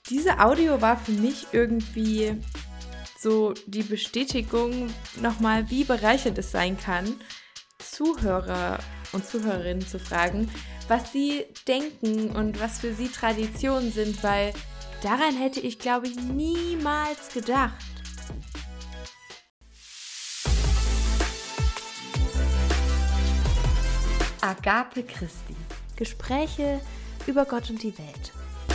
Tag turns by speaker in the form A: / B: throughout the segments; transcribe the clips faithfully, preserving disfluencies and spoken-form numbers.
A: Diese Audio war für mich irgendwie so die Bestätigung nochmal, wie bereichernd es sein kann, Zuhörer und Zuhörerinnen zu fragen, was sie denken und was für sie Traditionen sind, weil daran hätte ich, glaube ich, niemals gedacht.
B: Agape Christi. Gespräche über Gott und die Welt.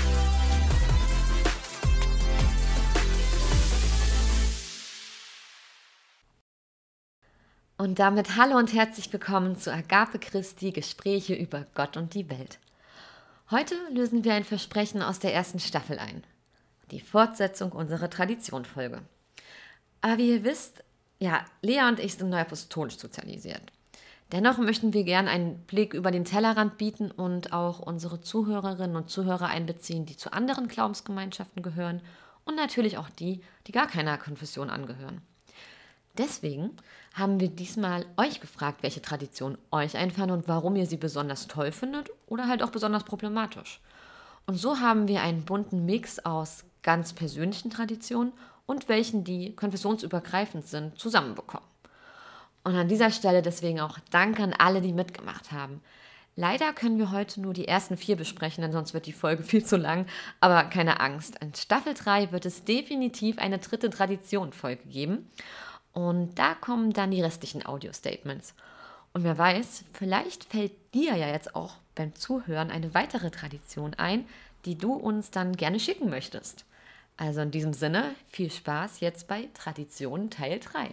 B: Und damit hallo und herzlich willkommen zu Agape Christi, Gespräche über Gott und die Welt. Heute lösen wir ein Versprechen aus der ersten Staffel ein. Die Fortsetzung unserer Traditionfolge. Aber wie ihr wisst, ja, Lea und ich sind neuapostolisch sozialisiert. Dennoch möchten wir gern einen Blick über den Tellerrand bieten und auch unsere Zuhörerinnen und Zuhörer einbeziehen, die zu anderen Glaubensgemeinschaften gehören und natürlich auch die, die gar keiner Konfession angehören. Deswegen haben wir diesmal euch gefragt, welche Traditionen euch einfallen und warum ihr sie besonders toll findet oder halt auch besonders problematisch. Und so haben wir einen bunten Mix aus ganz persönlichen Traditionen und welchen, die konfessionsübergreifend sind, zusammenbekommen. Und an dieser Stelle deswegen auch Dank an alle, die mitgemacht haben. Leider können wir heute nur die ersten vier besprechen, denn sonst wird die Folge viel zu lang. Aber keine Angst, in Staffel drei wird es definitiv eine dritte Tradition-Folge geben. Und da kommen dann die restlichen Audio-Statements. Und wer weiß, vielleicht fällt dir ja jetzt auch beim Zuhören eine weitere Tradition ein, die du uns dann gerne schicken möchtest. Also in diesem Sinne, viel Spaß jetzt bei Tradition Teil drei.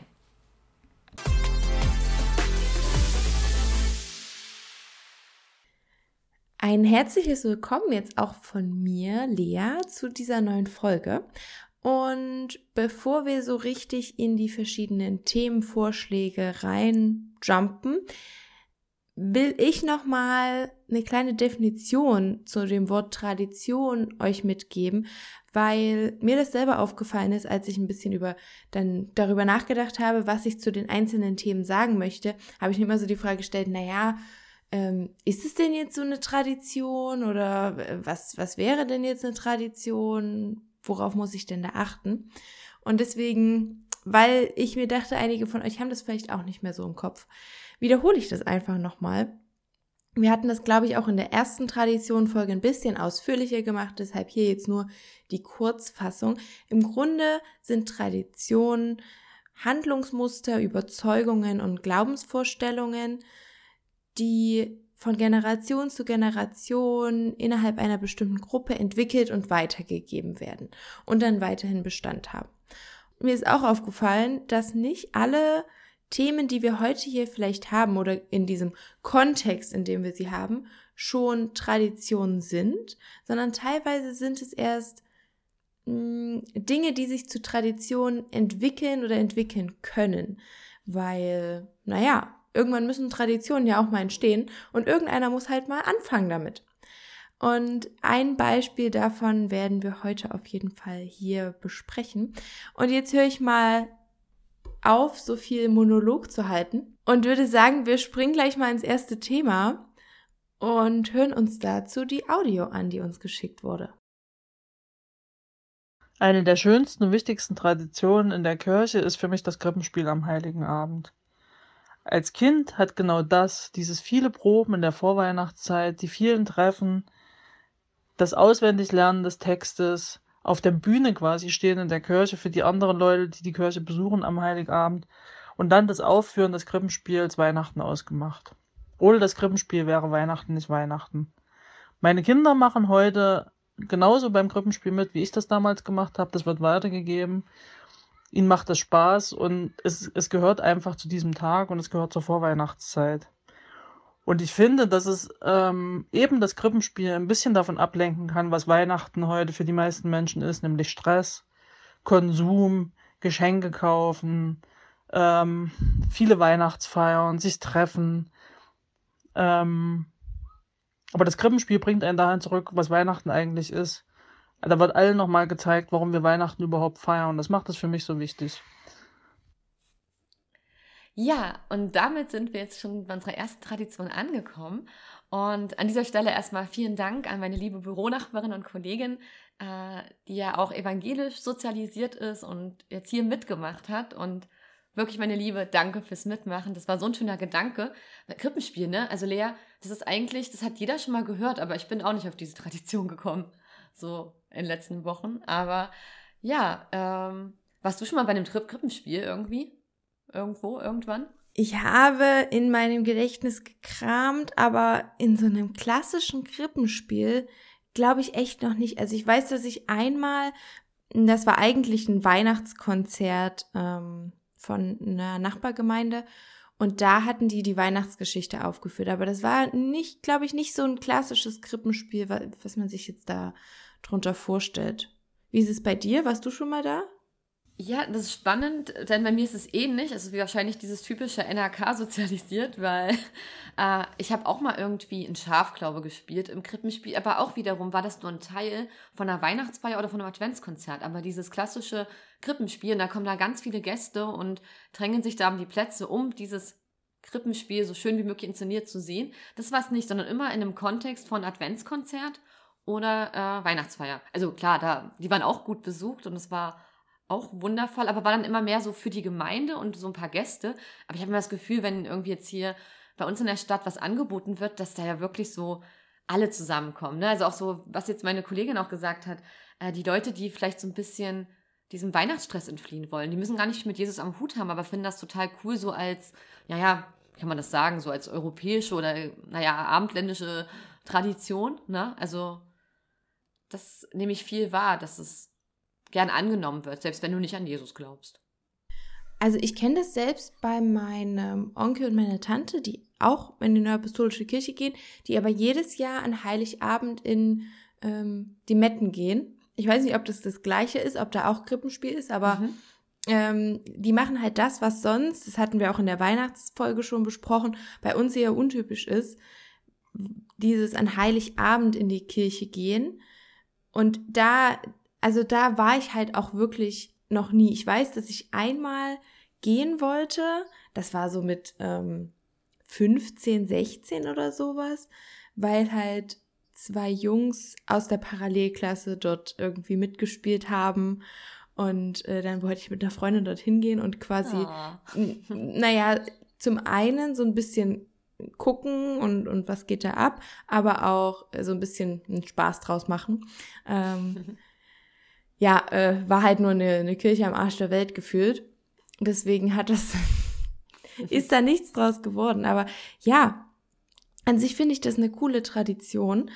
A: Ein herzliches Willkommen jetzt auch von mir, Lea, zu dieser neuen Folge. Und bevor wir so richtig in die verschiedenen Themenvorschläge reinjumpen, will ich nochmal eine kleine Definition zu dem Wort Tradition euch mitgeben, weil mir das selber aufgefallen ist, als ich ein bisschen über dann darüber nachgedacht habe, was ich zu den einzelnen Themen sagen möchte, habe ich mir immer so die Frage gestellt, naja, ähm, ist es denn jetzt so eine Tradition oder was, was wäre denn jetzt eine Tradition? Worauf muss ich denn da achten? Und deswegen, weil ich mir dachte, einige von euch haben das vielleicht auch nicht mehr so im Kopf, wiederhole ich das einfach nochmal. Wir hatten das, glaube ich, auch in der ersten Tradition-Folge ein bisschen ausführlicher gemacht, deshalb hier jetzt nur die Kurzfassung. Im Grunde sind Traditionen Handlungsmuster, Überzeugungen und Glaubensvorstellungen, die von Generation zu Generation innerhalb einer bestimmten Gruppe entwickelt und weitergegeben werden und dann weiterhin Bestand haben. Mir ist auch aufgefallen, dass nicht alle Themen, die wir heute hier vielleicht haben oder in diesem Kontext, in dem wir sie haben, schon Traditionen sind, sondern teilweise sind es erst mh, Dinge, die sich zu Traditionen entwickeln oder entwickeln können, weil, naja, irgendwann müssen Traditionen ja auch mal entstehen und irgendeiner muss halt mal anfangen damit. Und ein Beispiel davon werden wir heute auf jeden Fall hier besprechen. Und jetzt höre ich mal auf, so viel Monolog zu halten und würde sagen, wir springen gleich mal ins erste Thema und hören uns dazu die Audio an, die uns geschickt wurde.
C: Eine der schönsten und wichtigsten Traditionen in der Kirche ist für mich das Krippenspiel am Heiligen Abend. Als Kind hat genau das, dieses viele Proben in der Vorweihnachtszeit, die vielen Treffen, das Auswendiglernen des Textes, auf der Bühne quasi stehen in der Kirche für die anderen Leute, die die Kirche besuchen am Heiligabend und dann das Aufführen des Krippenspiels Weihnachten ausgemacht. Ohne das Krippenspiel wäre Weihnachten nicht Weihnachten. Meine Kinder machen heute genauso beim Krippenspiel mit, wie ich das damals gemacht habe. Das wird weitergegeben. Ihnen macht das Spaß und es, es gehört einfach zu diesem Tag und es gehört zur Vorweihnachtszeit. Und ich finde, dass es ähm, eben das Krippenspiel ein bisschen davon ablenken kann, was Weihnachten heute für die meisten Menschen ist, nämlich Stress, Konsum, Geschenke kaufen, ähm, viele Weihnachtsfeiern, sich treffen. Ähm, aber das Krippenspiel bringt einen dahin zurück, was Weihnachten eigentlich ist. Da wird allen nochmal gezeigt, warum wir Weihnachten überhaupt feiern. Das macht es für mich so wichtig.
B: Ja, und damit sind wir jetzt schon bei unserer ersten Tradition angekommen. Und an dieser Stelle erstmal vielen Dank an meine liebe Büronachbarin und Kollegin, äh, die ja auch evangelisch sozialisiert ist und jetzt hier mitgemacht hat. Und wirklich, meine Liebe, danke fürs Mitmachen. Das war so ein schöner Gedanke. Krippenspiel, ne? Also Lea, das ist eigentlich, das hat jeder schon mal gehört, aber ich bin auch nicht auf diese Tradition gekommen, so in den letzten Wochen. Aber ja, ähm, warst du schon mal bei einem Tri- Krippenspiel irgendwie? Irgendwo, irgendwann?
A: Ich habe in meinem Gedächtnis gekramt, aber in so einem klassischen Krippenspiel glaube ich echt noch nicht. Also ich weiß, dass ich einmal, das war eigentlich ein Weihnachtskonzert ähm, von einer Nachbargemeinde und da hatten die die Weihnachtsgeschichte aufgeführt. Aber das war nicht, glaube ich, nicht so ein klassisches Krippenspiel, was man sich jetzt da drunter vorstellt. Wie ist es bei dir? Warst du schon mal da?
B: Ja, das ist spannend, denn bei mir ist es ähnlich. Also wie wahrscheinlich dieses typische N H K sozialisiert, weil äh, ich habe auch mal irgendwie ein Schafglaube gespielt im Krippenspiel, aber auch wiederum war das nur ein Teil von einer Weihnachtsfeier oder von einem Adventskonzert. Aber dieses klassische Krippenspiel, und da kommen da ganz viele Gäste und drängen sich da um die Plätze, um dieses Krippenspiel so schön wie möglich inszeniert zu sehen. Das war es nicht, sondern immer in einem Kontext von Adventskonzert oder äh, Weihnachtsfeier. Also klar, da, die waren auch gut besucht und es war auch wundervoll, aber war dann immer mehr so für die Gemeinde und so ein paar Gäste. Aber ich habe immer das Gefühl, wenn irgendwie jetzt hier bei uns in der Stadt was angeboten wird, dass da ja wirklich so alle zusammenkommen. Ne? Also auch so, was jetzt meine Kollegin auch gesagt hat, äh, die Leute, die vielleicht so ein bisschen diesem Weihnachtsstress entfliehen wollen, die müssen gar nicht mit Jesus am Hut haben, aber finden das total cool, so als, ja, ja, kann man das sagen, so als europäische oder, naja, abendländische Tradition. Ne? Also das nehme ich viel wahr, dass es gern angenommen wird, selbst wenn du nicht an Jesus glaubst.
A: Also ich kenne das selbst bei meinem Onkel und meiner Tante, die auch in die Neuapostolische Kirche gehen, die aber jedes Jahr an Heiligabend in ähm, die Metten gehen. Ich weiß nicht, ob das das Gleiche ist, ob da auch Krippenspiel ist, aber mhm. ähm, die machen halt das, was sonst, das hatten wir auch in der Weihnachtsfolge schon besprochen, bei uns eher untypisch ist, dieses an Heiligabend in die Kirche gehen. Und da Also da war ich halt auch wirklich noch nie. Ich weiß, dass ich einmal gehen wollte. Das war so mit ähm, fünfzehn, sechzehn oder sowas, weil halt zwei Jungs aus der Parallelklasse dort irgendwie mitgespielt haben. Und äh, dann wollte ich mit einer Freundin dorthin gehen und quasi, oh. n- naja, zum einen so ein bisschen gucken und, und was geht da ab, aber auch so ein bisschen einen Spaß draus machen. Ähm, Ja, äh, war halt nur eine, eine Kirche am Arsch der Welt gefühlt. Deswegen hat das, ist da nichts draus geworden. Aber ja, an sich finde ich das eine coole Tradition.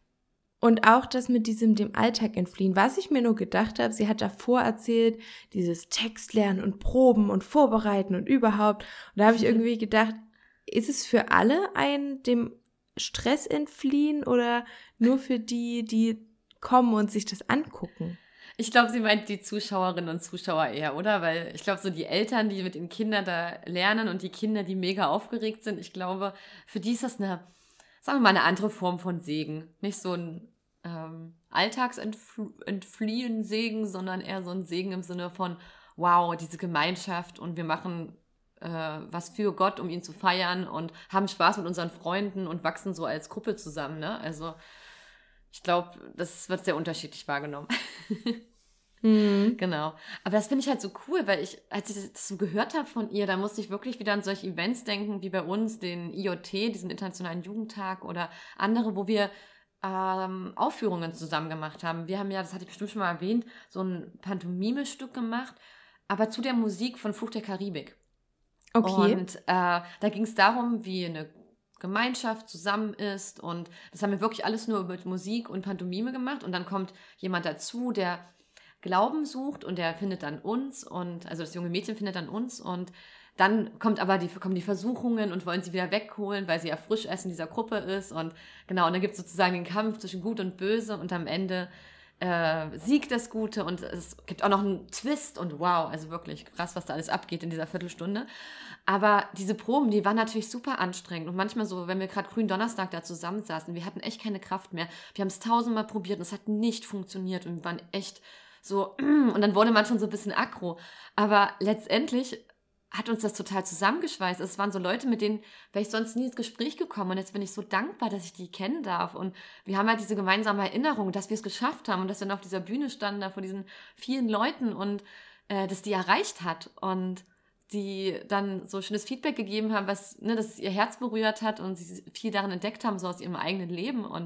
A: Und auch das mit diesem dem Alltag entfliehen. Was ich mir nur gedacht habe, sie hat davor erzählt, dieses Textlernen und Proben und Vorbereiten und überhaupt. Und da habe ich irgendwie gedacht, ist es für alle ein dem Stress entfliehen oder nur für die, die kommen und sich das angucken?
B: Ich glaube, sie meint die Zuschauerinnen und Zuschauer eher, oder? Weil ich glaube, so die Eltern, die mit den Kindern da lernen und die Kinder, die mega aufgeregt sind, ich glaube, für die ist das eine, sagen wir mal, eine andere Form von Segen. Nicht so ein ähm, Alltagsentfliehen Segen, sondern eher so ein Segen im Sinne von, wow, diese Gemeinschaft und wir machen äh, was für Gott, um ihn zu feiern und haben Spaß mit unseren Freunden und wachsen so als Gruppe zusammen, ne? Also ich glaube, das wird sehr unterschiedlich wahrgenommen. mhm. Genau. Aber das finde ich halt so cool, weil ich, als ich das so gehört habe von ihr, da musste ich wirklich wieder an solche Events denken, wie bei uns, den I J T, diesen Internationalen Jugendtag oder andere, wo wir ähm, Aufführungen zusammen gemacht haben. Wir haben ja, das hatte ich bestimmt schon mal erwähnt, so ein Pantomime-Stück gemacht, aber zu der Musik von Fluch der Karibik. Okay. Und äh, da ging es darum, wie eine Gemeinschaft zusammen ist und das haben wir wirklich alles nur mit Musik und Pantomime gemacht und dann kommt jemand dazu, der Glauben sucht und der findet dann uns und also das junge Mädchen findet dann uns und dann kommt aber die, kommen die Versuchungen und wollen sie wieder wegholen, weil sie ja frisch erst in dieser Gruppe ist und genau, und dann gibt es sozusagen den Kampf zwischen Gut und Böse und am Ende äh, siegt das Gute und es gibt auch noch einen Twist und wow, also wirklich krass, was da alles abgeht in dieser Viertelstunde. Aber diese Proben, die waren natürlich super anstrengend und manchmal so, wenn wir gerade Gründonnerstag da zusammensaßen, wir hatten echt keine Kraft mehr. Wir haben es tausendmal probiert und es hat nicht funktioniert und wir waren echt so, und dann wurde man schon so ein bisschen aggro. Aber letztendlich hat uns das total zusammengeschweißt. Es waren so Leute, mit denen wäre ich sonst nie ins Gespräch gekommen. Und jetzt bin ich so dankbar, dass ich die kennen darf. Und wir haben halt diese gemeinsame Erinnerung, dass wir es geschafft haben und dass wir dann auf dieser Bühne standen, da vor diesen vielen Leuten und äh, dass die erreicht hat. Und die dann so schönes Feedback gegeben haben, was, ne, dass es ihr Herz berührt hat und sie viel darin entdeckt haben, so aus ihrem eigenen Leben. Und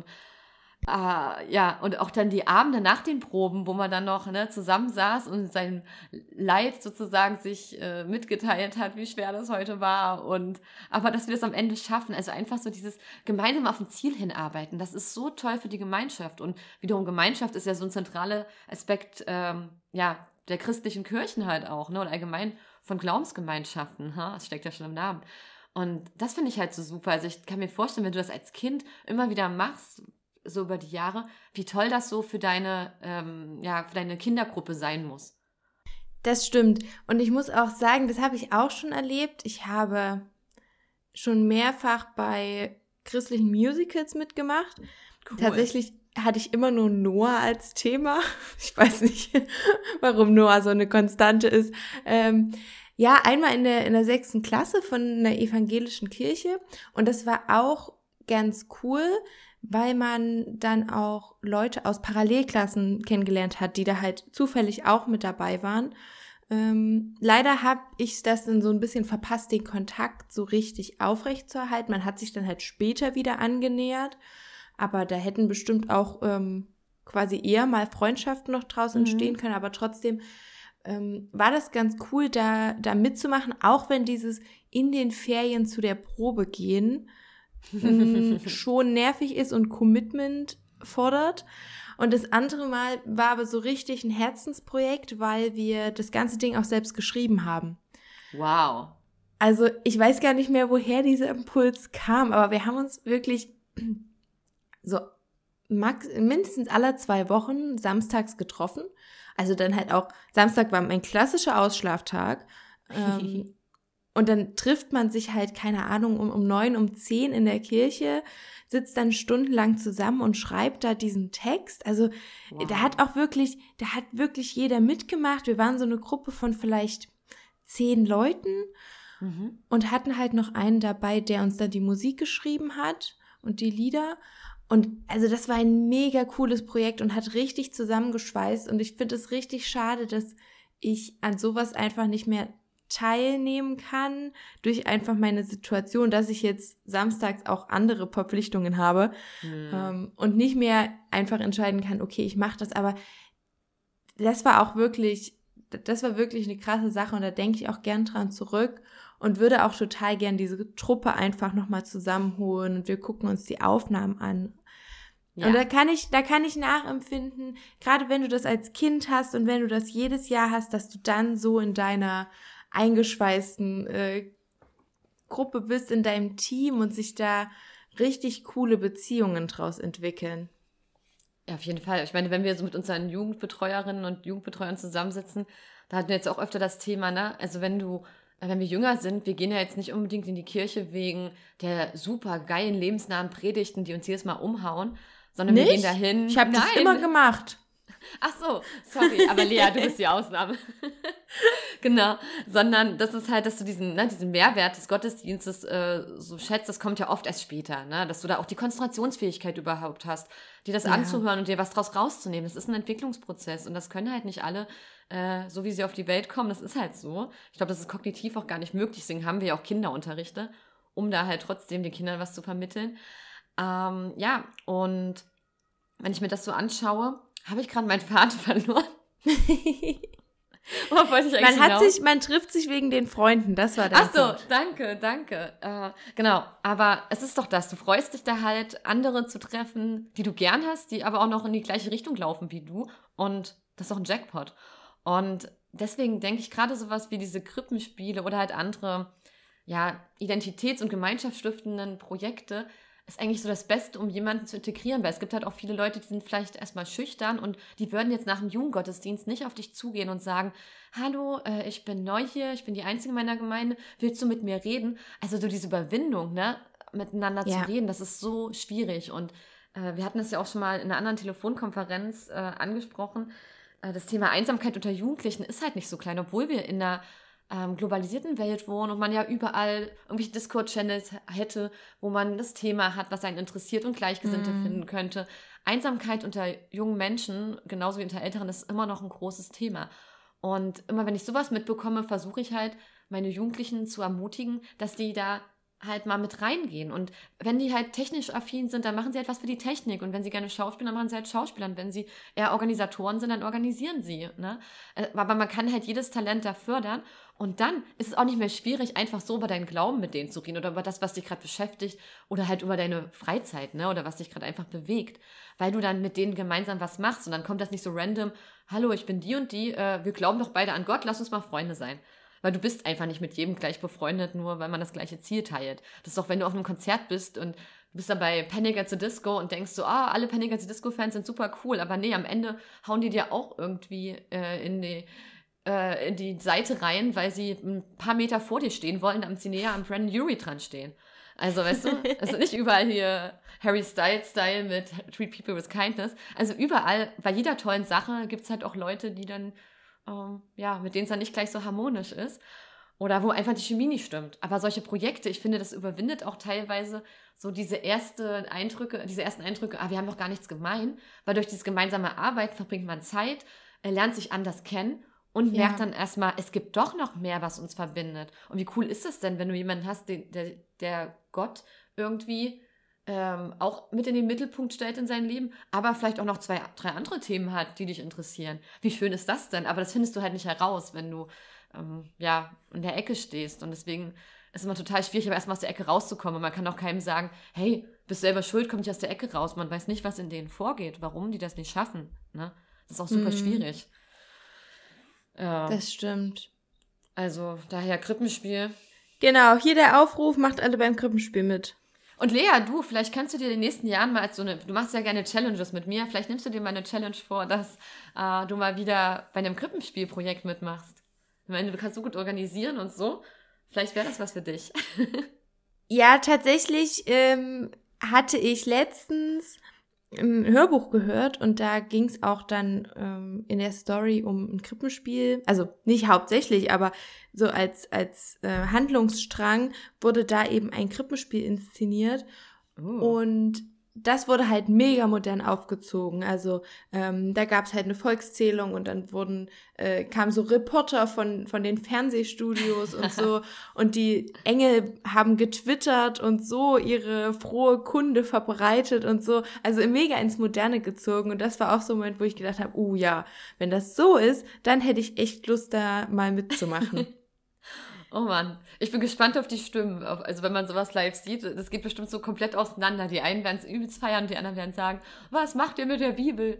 B: äh, ja, und auch dann die Abende nach den Proben, wo man dann noch ne, zusammensaß und sein Leid sozusagen sich äh, mitgeteilt hat, wie schwer das heute war. Und aber dass wir das am Ende schaffen, also einfach so dieses gemeinsam auf ein Ziel hinarbeiten, das ist so toll für die Gemeinschaft. Und wiederum Gemeinschaft ist ja so ein zentraler Aspekt, ähm, ja, der christlichen Kirchen halt auch, ne, oder allgemein von Glaubensgemeinschaften, ha? Das steckt ja schon im Namen. Und das finde ich halt so super. Also ich kann mir vorstellen, wenn du das als Kind immer wieder machst, so über die Jahre, wie toll das so für deine, ähm, ja, für deine Kindergruppe sein muss.
A: Das stimmt. Und ich muss auch sagen, das habe ich auch schon erlebt. Ich habe schon mehrfach bei christlichen Musicals mitgemacht. Cool. Tatsächlich hatte ich immer nur Noah als Thema. Ich weiß nicht, warum Noah so eine Konstante ist. Ähm, ja, einmal in der, in der sechsten Klasse von einer evangelischen Kirche. Und das war auch ganz cool, weil man dann auch Leute aus Parallelklassen kennengelernt hat, die da halt zufällig auch mit dabei waren. Ähm, leider habe ich das dann so ein bisschen verpasst, den Kontakt so richtig aufrechtzuerhalten. Man hat sich dann halt später wieder angenähert. Aber da hätten bestimmt auch ähm, quasi eher mal Freundschaften noch draus entstehen mhm. können. Aber trotzdem ähm, war das ganz cool, da, da mitzumachen, auch wenn dieses in den Ferien zu der Probe gehen ähm, schon nervig ist und Commitment fordert. Und das andere Mal war aber so richtig ein Herzensprojekt, weil wir das ganze Ding auch selbst geschrieben haben.
B: Wow.
A: Also ich weiß gar nicht mehr, woher dieser Impuls kam, aber wir haben uns wirklich so max, mindestens alle zwei Wochen samstags getroffen. Also dann halt auch, Samstag war mein klassischer Ausschlaftag. ähm, und dann trifft man sich halt, keine Ahnung, um, um neun, um zehn in der Kirche, sitzt dann stundenlang zusammen und schreibt da diesen Text. Also wow. da hat auch wirklich, da hat wirklich jeder mitgemacht. Wir waren so eine Gruppe von vielleicht zehn Leuten mhm. und hatten halt noch einen dabei, der uns dann die Musik geschrieben hat und die Lieder. Und also das war ein mega cooles Projekt und hat richtig zusammengeschweißt. Und ich finde es richtig schade, dass ich an sowas einfach nicht mehr teilnehmen kann, durch einfach meine Situation, dass ich jetzt samstags auch andere Verpflichtungen habe mhm. ähm, und nicht mehr einfach entscheiden kann, okay, ich mache das. Aber das war auch wirklich, das war wirklich eine krasse Sache und da denke ich auch gern dran zurück. Und würde auch total gern diese Truppe einfach nochmal zusammenholen und wir gucken uns die Aufnahmen an. Ja. Und da kann ich, da kann ich nachempfinden, gerade wenn du das als Kind hast und wenn du das jedes Jahr hast, dass du dann so in deiner eingeschweißten äh, Gruppe bist, in deinem Team und sich da richtig coole Beziehungen draus entwickeln.
B: Ja, auf jeden Fall. Ich meine, wenn wir so mit unseren Jugendbetreuerinnen und Jugendbetreuern zusammensitzen, da hatten wir jetzt auch öfter das Thema, ne? Also wenn du Wenn wir jünger sind, wir gehen ja jetzt nicht unbedingt in die Kirche wegen der super geilen, lebensnahen Predigten, die uns jedes Mal umhauen, sondern nicht? wir gehen dahin.
A: Ich habe das immer gemacht.
B: Ach so, sorry, aber Lea, du bist die Ausnahme. Genau, sondern das ist halt, dass du diesen, ne, diesen Mehrwert des Gottesdienstes äh, so schätzt, das kommt ja oft erst später, ne, dass du da auch die Konzentrationsfähigkeit überhaupt hast, dir das ja. anzuhören und dir was draus rauszunehmen. Das ist ein Entwicklungsprozess und das können halt nicht alle, äh, so wie sie auf die Welt kommen, das ist halt so. Ich glaube, das ist kognitiv auch gar nicht möglich, deswegen haben wir ja auch Kinderunterrichte, um da halt trotzdem den Kindern was zu vermitteln. Ähm, ja, und wenn ich mir das so anschaue, habe ich gerade meinen Faden verloren.
A: Oh, wollte ich man hat sich, man trifft sich wegen den Freunden, das war der
B: Ach so, Punkt. danke, danke. Äh, genau, aber es ist doch das, du freust dich da halt, andere zu treffen, die du gern hast, die aber auch noch in die gleiche Richtung laufen wie du und das ist doch ein Jackpot. Und deswegen denke ich gerade sowas wie diese Krippenspiele oder halt andere, ja, identitäts- und gemeinschaftsstiftenden Projekte, ist eigentlich so das Beste, um jemanden zu integrieren, weil es gibt halt auch viele Leute, die sind vielleicht erstmal schüchtern und die würden jetzt nach dem Jugendgottesdienst nicht auf dich zugehen und sagen, hallo, äh, ich bin neu hier, ich bin die Einzige in meiner Gemeinde, willst du mit mir reden? Also so diese Überwindung, ne, miteinander ja. zu reden, das ist so schwierig und äh, wir hatten das ja auch schon mal in einer anderen Telefonkonferenz äh, angesprochen, äh, das Thema Einsamkeit unter Jugendlichen ist halt nicht so klein, obwohl wir in einer ähm, globalisierten Welt wohnen und man ja überall irgendwelche Discord-Channels hätte, wo man das Thema hat, was einen interessiert und Gleichgesinnte
A: Mhm.
B: finden könnte. Einsamkeit unter jungen Menschen, genauso wie unter Älteren, ist immer noch ein großes Thema. Und immer wenn ich sowas mitbekomme, versuche ich halt, meine Jugendlichen zu ermutigen, dass die da halt mal mit reingehen. Und wenn die halt technisch affin sind, dann machen sie etwas für die Technik. Und wenn sie gerne Schauspieler, dann machen sie halt Schauspieler. Und wenn sie eher Organisatoren sind, dann organisieren sie. Ne? Äh, Aber man kann halt jedes Talent da fördern. Und dann ist es auch nicht mehr schwierig, einfach so über deinen Glauben mit denen zu reden oder über das, was dich gerade beschäftigt oder halt über deine Freizeit, ne? Oder was dich gerade einfach bewegt. Weil du dann mit denen gemeinsam was machst. Und dann kommt das nicht so random, hallo, ich bin die und die, äh, wir glauben doch beide an Gott, lass uns mal Freunde sein. Weil du bist einfach nicht mit jedem gleich befreundet, nur weil man das gleiche Ziel teilt. Das ist doch, wenn du auf einem Konzert bist und du bist dann bei Panic at the Disco und denkst so, ah, alle Panic at the Disco-Fans sind super cool, aber nee, am Ende hauen die dir auch irgendwie äh, in, die, äh, in die Seite rein, weil sie ein paar Meter vor dir stehen wollen, damit sie näher am Brandon Urie dran stehen. Also, weißt du, es ist nicht überall hier Harry Styles-Style mit Treat People with Kindness. Also überall, bei jeder tollen Sache gibt es halt auch Leute, die dann Ähm, ja, mit denen es dann nicht gleich so harmonisch ist oder wo einfach die Chemie nicht stimmt. Aber solche Projekte, ich finde, das überwindet auch teilweise so diese erste Eindrücke, diese ersten Eindrücke, ah, wir haben doch gar nichts gemein, weil durch dieses gemeinsame Arbeiten verbringt man Zeit, er lernt sich anders kennen und
A: Ja.
B: merkt dann erstmal, es gibt doch noch mehr, was uns verbindet. Und wie cool ist es denn, wenn du jemanden hast, den, der, der Gott irgendwie ähm, auch mit in den Mittelpunkt stellt in seinem Leben, aber vielleicht auch noch zwei, drei andere Themen hat, die dich interessieren. Wie schön ist das denn? Aber das findest du halt nicht heraus, wenn du ähm, ja, in der Ecke stehst. Und deswegen ist es immer total schwierig, aber erstmal aus der Ecke rauszukommen. Und man kann auch keinem sagen, hey, bist selber schuld, komm nicht aus der Ecke raus. Man weiß nicht, was in denen vorgeht, warum die das nicht schaffen. Ne? Das ist auch super
A: Mhm.
B: schwierig. Ja,
A: Das stimmt.
B: also daher Krippenspiel.
A: Genau, hier der Aufruf, macht alle beim Krippenspiel mit.
B: Und Lea, du, vielleicht kannst du dir in den nächsten Jahren mal als so eine, du machst ja gerne Challenges mit mir, vielleicht nimmst du dir mal eine Challenge vor, dass äh, du mal wieder bei einem Krippenspielprojekt mitmachst. Ich meine, du kannst so gut organisieren und so. Vielleicht wäre das was für dich.
A: Ja, tatsächlich ähm, hatte ich letztens ein Hörbuch gehört und da ging es auch dann ähm, in der Story um ein Krippenspiel, also nicht hauptsächlich, aber so als, als äh, Handlungsstrang wurde da eben ein Krippenspiel inszeniert
B: Uh.
A: und das wurde halt mega modern aufgezogen. Also ähm, da gab es halt eine Volkszählung und dann wurden äh, kamen so Reporter von von den Fernsehstudios und so und die Engel haben getwittert und so ihre frohe Kunde verbreitet und so. Also mega ins Moderne gezogen und das war auch so ein Moment, wo ich gedacht habe, oh ja, wenn das so ist, dann hätte ich echt Lust, da mal mitzumachen.
B: Oh Mann, ich bin gespannt auf die Stimmen. Auf- Also wenn man sowas live sieht, das geht bestimmt so komplett auseinander. Die einen werden es übelst feiern und die anderen werden sagen, was macht ihr mit der Bibel?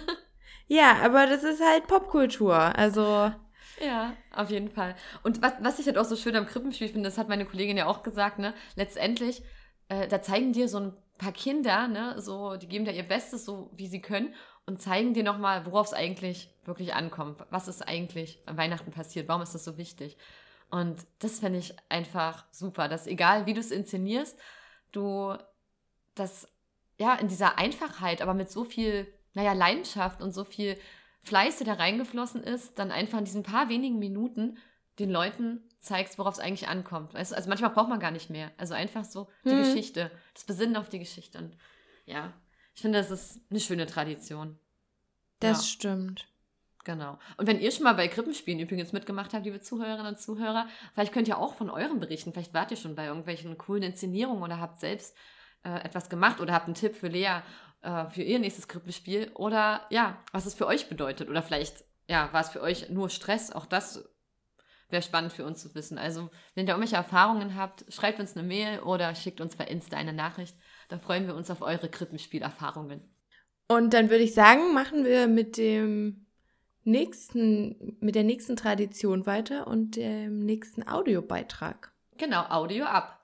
A: Ja, aber das ist halt Popkultur. Also
B: Ja, auf jeden Fall. Und was, was ich halt auch so schön am Krippenspiel finde, das hat meine Kollegin ja auch gesagt, ne, letztendlich, äh, da zeigen dir so ein paar Kinder, ne, so, die geben da ihr Bestes, so wie sie können, und zeigen dir nochmal, worauf es eigentlich wirklich ankommt. Was ist eigentlich an Weihnachten passiert? Warum ist das so wichtig? Und das fände ich einfach super, dass egal wie du es inszenierst, du das, ja, in dieser Einfachheit, aber mit so viel, naja, Leidenschaft und so viel Fleiß, der da reingeflossen ist, dann einfach in diesen paar wenigen Minuten den Leuten zeigst, worauf es eigentlich ankommt. Weißt du? Also manchmal braucht man gar nicht mehr. Also einfach so die
A: Hm.
B: Geschichte, das Besinnen auf die Geschichte. Und ja, ich finde, das ist eine schöne Tradition.
A: das
B: Ja.
A: stimmt.
B: Genau. Und wenn ihr schon mal bei Krippenspielen übrigens mitgemacht habt, liebe Zuhörerinnen und Zuhörer, vielleicht könnt ihr auch von euren berichten. Vielleicht wart ihr schon bei irgendwelchen coolen Inszenierungen oder habt selbst äh, etwas gemacht oder habt einen Tipp für Lea äh, für ihr nächstes Krippenspiel oder ja, was es für euch bedeutet. Oder vielleicht, ja, war es für euch nur Stress? Auch das wäre spannend für uns zu wissen. Also, wenn ihr irgendwelche Erfahrungen habt, schreibt uns eine Mail oder schickt uns bei Insta eine Nachricht. Da freuen wir uns auf eure Krippenspielerfahrungen.
A: Und dann würde ich sagen, machen wir mit dem nächsten, mit der nächsten Tradition weiter und dem nächsten Audiobeitrag.
B: Genau, Audio ab.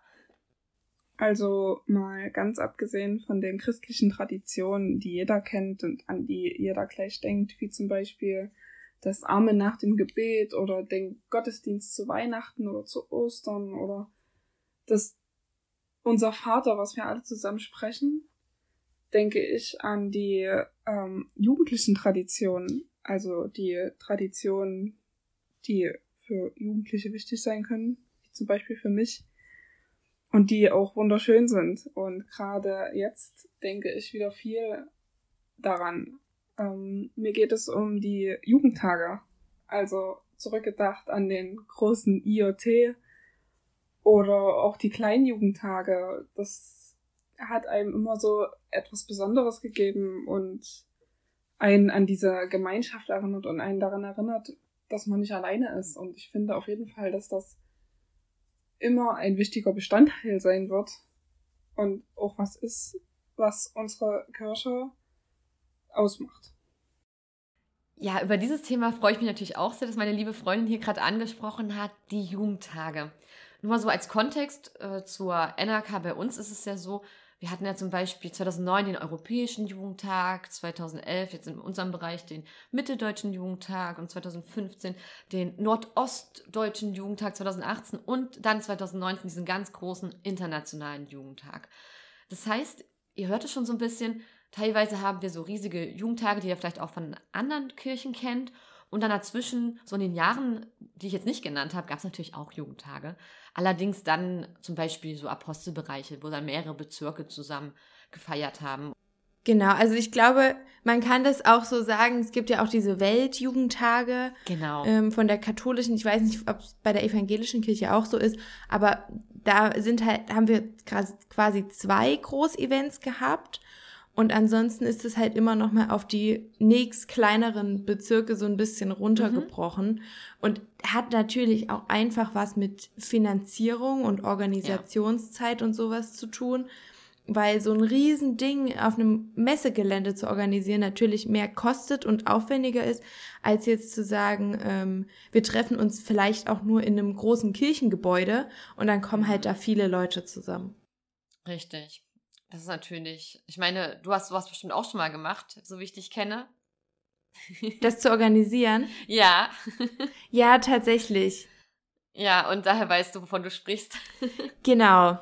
D: Also mal ganz abgesehen von den christlichen Traditionen, die jeder kennt und an die jeder gleich denkt, wie zum Beispiel das Amen nach dem Gebet oder den Gottesdienst zu Weihnachten oder zu Ostern oder das Unser Vater, was wir alle zusammen sprechen, denke ich an die ähm, jugendlichen Traditionen, also die Traditionen, die für Jugendliche wichtig sein können, wie zum Beispiel für mich, und die auch wunderschön sind. Und gerade jetzt denke ich wieder viel daran. Ähm, mir geht es um die Jugendtage, also zurückgedacht an den großen I O T oder auch die kleinen Jugendtage. Das hat einem immer so etwas Besonderes gegeben und einen an diese Gemeinschaft erinnert und einen daran erinnert, dass man nicht alleine ist. Und ich finde auf jeden Fall, dass das immer ein wichtiger Bestandteil sein wird und auch was ist, was unsere Kirche ausmacht.
B: Ja, über dieses Thema freue ich mich natürlich auch sehr, dass meine liebe Freundin hier gerade angesprochen hat, die Jugendtage. Nur mal so als Kontext äh, zur N R K, bei uns ist es ja so, wir hatten ja zum Beispiel zweitausendneun den Europäischen Jugendtag, zweitausendelf jetzt in unserem Bereich den Mitteldeutschen Jugendtag und zweitausendfünfzehn den Nordostdeutschen Jugendtag, zweitausendachtzehn und dann zweitausendneunzehn diesen ganz großen internationalen Jugendtag. Das heißt, ihr hört es schon so ein bisschen, teilweise haben wir so riesige Jugendtage, die ihr vielleicht auch von anderen Kirchen kennt. Und dann dazwischen, so in den Jahren, die ich jetzt nicht genannt habe, gab es natürlich auch Jugendtage. Allerdings dann zum Beispiel so Apostelbereiche, wo dann mehrere Bezirke zusammen gefeiert haben.
A: Genau, also ich glaube, man kann das auch so sagen, es gibt ja auch diese Weltjugendtage
B: Genau.
A: ähm, von der katholischen, ich weiß nicht, ob es bei der evangelischen Kirche auch so ist, aber da sind halt, haben wir quasi zwei Großevents gehabt. Und ansonsten ist es halt immer noch mal auf die nächst kleineren Bezirke so ein bisschen runtergebrochen. Mhm. Und hat natürlich auch einfach was mit Finanzierung und Organisationszeit ja. und sowas zu tun. Weil so ein Riesending auf einem Messegelände zu organisieren natürlich mehr kostet und aufwendiger ist, als jetzt zu sagen, ähm, wir treffen uns vielleicht auch nur in einem großen Kirchengebäude und dann kommen halt da viele Leute zusammen.
B: Richtig. Das ist natürlich, ich meine, du hast sowas bestimmt auch schon mal gemacht, so wie ich dich kenne.
A: Das zu organisieren?
B: Ja.
A: Ja, tatsächlich.
B: Ja, und daher weißt du, wovon du sprichst.
A: Genau.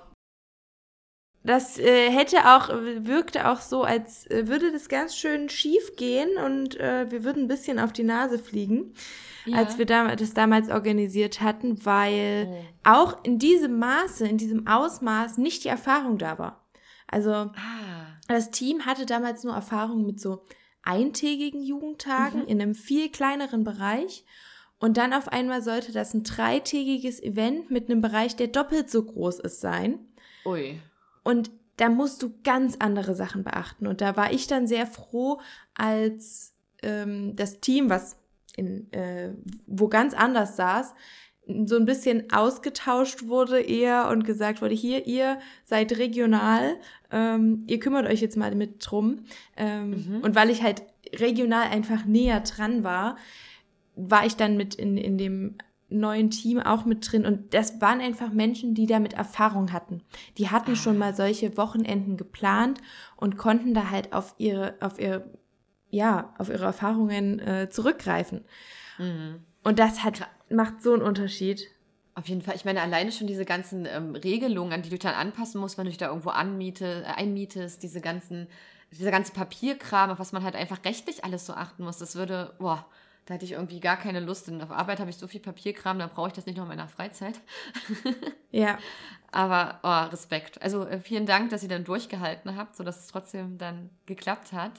A: Das äh, hätte auch, wirkte auch so, als äh, würde das ganz schön schief gehen und äh, wir würden ein bisschen auf die Nase fliegen, ja. als wir da, das damals organisiert hatten, weil oh. auch in diesem Maße, in diesem Ausmaß nicht die Erfahrung da war. Also ah. das Team hatte damals nur Erfahrung mit so eintägigen Jugendtagen mhm. in einem viel kleineren Bereich und dann auf einmal sollte das ein dreitägiges Event mit einem Bereich, der doppelt so groß ist, sein.
B: Ui.
A: Und da musst du ganz andere Sachen beachten und da war ich dann sehr froh, als ähm, das Team, was in äh, wo ganz anders saß, so ein bisschen ausgetauscht wurde eher und gesagt wurde, hier, ihr seid regional, ähm, ihr kümmert euch jetzt mal mit drum. Ähm, mhm. Und weil ich halt regional einfach näher dran war, war ich dann mit in, in dem neuen Team auch mit drin. Und das waren einfach Menschen, die damit Erfahrung hatten. Die hatten ah. schon mal solche Wochenenden geplant und konnten da halt auf ihre, auf ihre, ja, auf ihre Erfahrungen äh, zurückgreifen. Mhm. Und das hat, macht so einen Unterschied.
B: Auf jeden Fall. Ich meine, alleine schon diese ganzen ähm, Regelungen, an die du dann anpassen musst, wenn du dich da irgendwo anmiete, äh, einmietest, diese ganzen, dieser ganze Papierkram, auf was man halt einfach rechtlich alles so achten muss, das würde, boah, da hätte ich irgendwie gar keine Lust. Denn auf Arbeit habe ich so viel Papierkram, da brauche ich das nicht noch in meiner Freizeit.
A: Ja. Aber
B: oh, Respekt. Also äh, vielen Dank, dass ihr dann durchgehalten habt, sodass es trotzdem dann geklappt hat.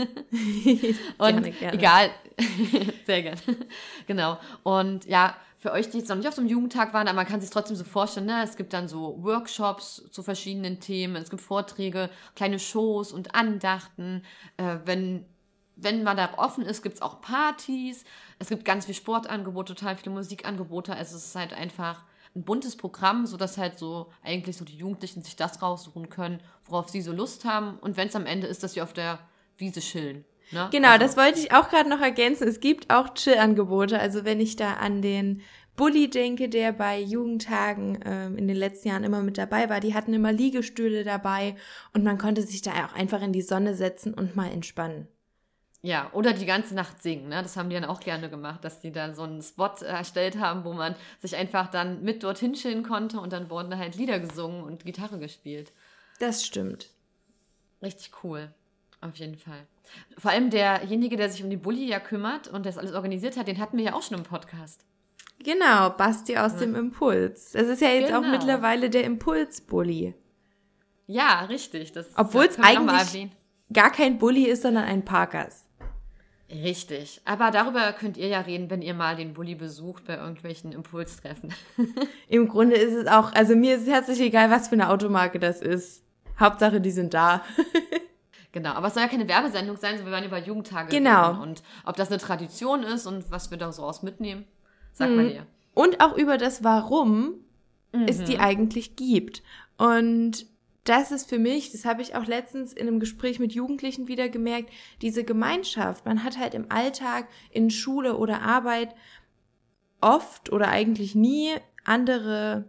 B: Und gerne, gerne. Egal. Sehr gerne. Genau. Und ja, für euch, die jetzt noch nicht auf so einem Jugendtag waren, aber man kann sich trotzdem so vorstellen, ne? Es gibt dann so Workshops zu verschiedenen Themen, es gibt Vorträge, kleine Shows und Andachten. Äh, wenn Wenn man da offen ist, gibt es auch Partys. Es gibt ganz viel Sportangebote, total viele Musikangebote. Also es ist halt einfach ein buntes Programm, sodass halt so eigentlich so die Jugendlichen sich das raussuchen können, worauf sie so Lust haben. Und wenn es am Ende ist, dass sie auf der Wiese chillen. Ne?
A: Genau,
B: also,
A: das wollte ich auch gerade noch ergänzen. Es gibt auch Chill-Angebote. Also wenn ich da an den Bulli denke, der bei Jugendtagen ähm, in den letzten Jahren immer mit dabei war, die hatten immer Liegestühle dabei und man konnte sich da auch einfach in die Sonne setzen und mal entspannen.
B: Ja, oder die ganze Nacht singen, ne? Das haben die dann auch gerne gemacht, dass die dann so einen Spot erstellt haben, wo man sich einfach dann mit dorthin chillen konnte und dann wurden halt Lieder gesungen und Gitarre gespielt.
A: Das stimmt.
B: Richtig cool, auf jeden Fall. Vor allem derjenige, der sich um die Bulli ja kümmert und das alles organisiert hat, den hatten wir ja auch schon im Podcast.
A: Genau, Basti aus ja. dem Impuls. Das ist ja jetzt genau. auch mittlerweile der Impulsbully.
B: Ja, richtig. Das
A: Obwohl es eigentlich gar kein Bully ist, sondern ein Parkers.
B: Richtig. Aber darüber könnt ihr ja reden, wenn ihr mal den Bulli besucht bei irgendwelchen Impulstreffen.
A: Im Grunde ist es auch, also mir ist es herzlich egal, was für eine Automarke das ist. Hauptsache, die sind da.
B: Genau, aber es soll ja keine Werbesendung sein, sondern wir werden über Jugendtage
A: genau.
B: reden. Und ob das eine Tradition ist und was wir da so aus mitnehmen, sagt mhm. man dir.
A: Und auch über das Warum mhm. es die eigentlich gibt. Und das ist für mich, das habe ich auch letztens in einem Gespräch mit Jugendlichen wieder gemerkt, diese Gemeinschaft. Man hat halt im Alltag, in Schule oder Arbeit oft oder eigentlich nie andere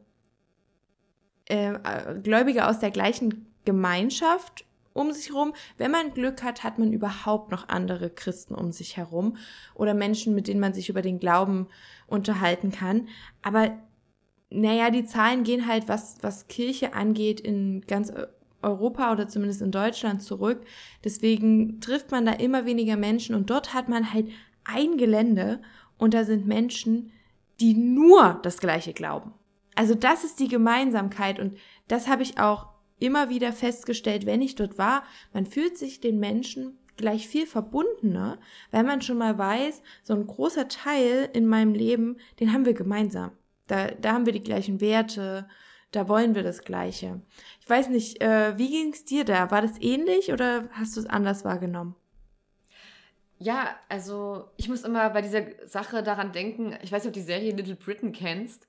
A: äh, Gläubige aus der gleichen Gemeinschaft um sich herum. Wenn man Glück hat, hat man überhaupt noch andere Christen um sich herum oder Menschen, mit denen man sich über den Glauben unterhalten kann. Aber naja, die Zahlen gehen halt, was, was Kirche angeht, in ganz Europa oder zumindest in Deutschland zurück. Deswegen trifft man da immer weniger Menschen und dort hat man halt ein Gelände und da sind Menschen, die nur das Gleiche glauben. Also das ist die Gemeinsamkeit und das habe ich auch immer wieder festgestellt, wenn ich dort war. Man fühlt sich den Menschen gleich viel verbundener, weil man schon mal weiß, so ein großer Teil in meinem Leben, den haben wir gemeinsam. Da, da haben wir die gleichen Werte, da wollen wir das Gleiche. Ich weiß nicht, äh, wie ging es dir da? War das ähnlich oder hast du es anders wahrgenommen?
B: Ja, also ich muss immer bei dieser Sache daran denken, ich weiß nicht, ob du die Serie Little Britain kennst.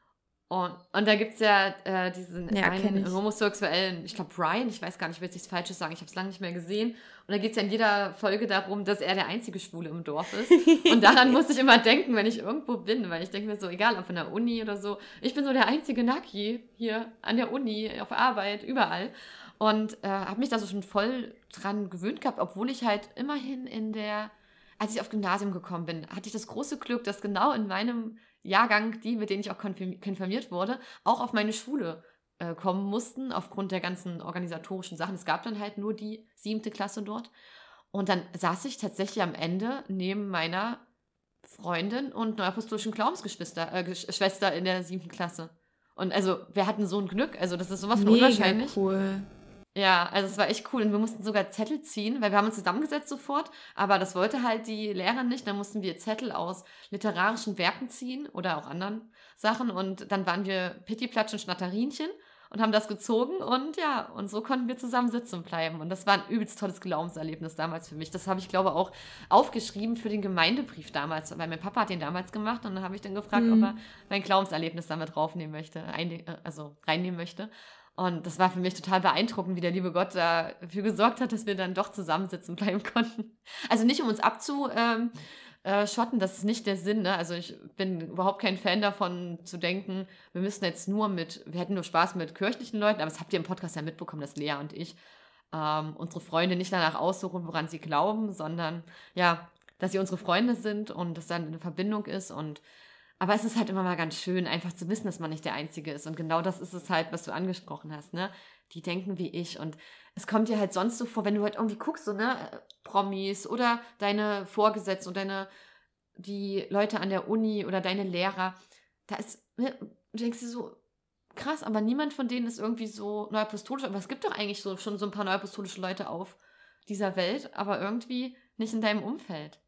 B: Und, und da gibt es ja äh, diesen
A: ja,
B: einen homosexuellen, ich glaube Brian, ich weiß gar nicht, ich will jetzt nichts Falsches sagen, ich habe es lange nicht mehr gesehen. Und da geht es ja in jeder Folge darum, dass er der einzige Schwule im Dorf ist. Und daran muss ich immer denken, wenn ich irgendwo bin, weil ich denke mir so, egal ob in der Uni oder so, ich bin so der einzige Naki hier an der Uni, auf Arbeit, überall. Und äh, habe mich da so schon voll dran gewöhnt gehabt, obwohl ich halt immerhin in der, als ich auf Gymnasium gekommen bin, hatte ich das große Glück, dass genau in meinem Jahrgang, die, mit denen ich auch konfirmiert wurde, auch auf meine Schule äh, kommen mussten, aufgrund der ganzen organisatorischen Sachen. Es gab dann halt nur die siebte Klasse dort. Und dann saß ich tatsächlich am Ende neben meiner Freundin und neuapostolischen Glaubensgeschwister, äh, Schwester in der siebten Klasse. Und also, wir hatten so ein Glück, also das ist sowas von
A: Mega
B: unwahrscheinlich.
A: Cool.
B: Ja, also es war echt cool und wir mussten sogar Zettel ziehen, weil wir haben uns zusammengesetzt sofort, aber das wollte halt die Lehrerin nicht, dann mussten wir Zettel aus literarischen Werken ziehen oder auch anderen Sachen und dann waren wir Pittiplatsch und Schnatterinchen und haben das gezogen und ja, und so konnten wir zusammen sitzen bleiben und das war ein übelst tolles Glaubenserlebnis damals für mich. Das habe ich, glaube auch aufgeschrieben für den Gemeindebrief damals, weil mein Papa hat den damals gemacht und dann habe ich dann gefragt, mhm. ob er mein Glaubenserlebnis damit draufnehmen möchte, also reinnehmen möchte. Und das war für mich total beeindruckend, wie der liebe Gott dafür gesorgt hat, dass wir dann doch zusammensitzen bleiben konnten. Also nicht, um uns abzuschotten, das ist nicht der Sinn. Ne? Also ich bin überhaupt kein Fan davon zu denken, wir müssen jetzt nur mit, wir hätten nur Spaß mit kirchlichen Leuten, aber das habt ihr im Podcast ja mitbekommen, dass Lea und ich ähm, unsere Freunde nicht danach aussuchen, woran sie glauben, sondern ja, dass sie unsere Freunde sind und dass dann eine Verbindung ist und aber es ist halt immer mal ganz schön, einfach zu wissen, dass man nicht der Einzige ist. Und genau das ist es halt, was du angesprochen hast, ne? Die denken wie ich. Und es kommt dir halt sonst so vor, wenn du halt irgendwie guckst, so, ne? Promis oder deine Vorgesetzten und deine, die Leute an der Uni oder deine Lehrer. Da ist, ne? Du denkst dir so, krass, aber niemand von denen ist irgendwie so neuapostolisch. Aber es gibt doch eigentlich so schon so ein paar neuapostolische Leute auf dieser Welt, aber irgendwie nicht in deinem Umfeld.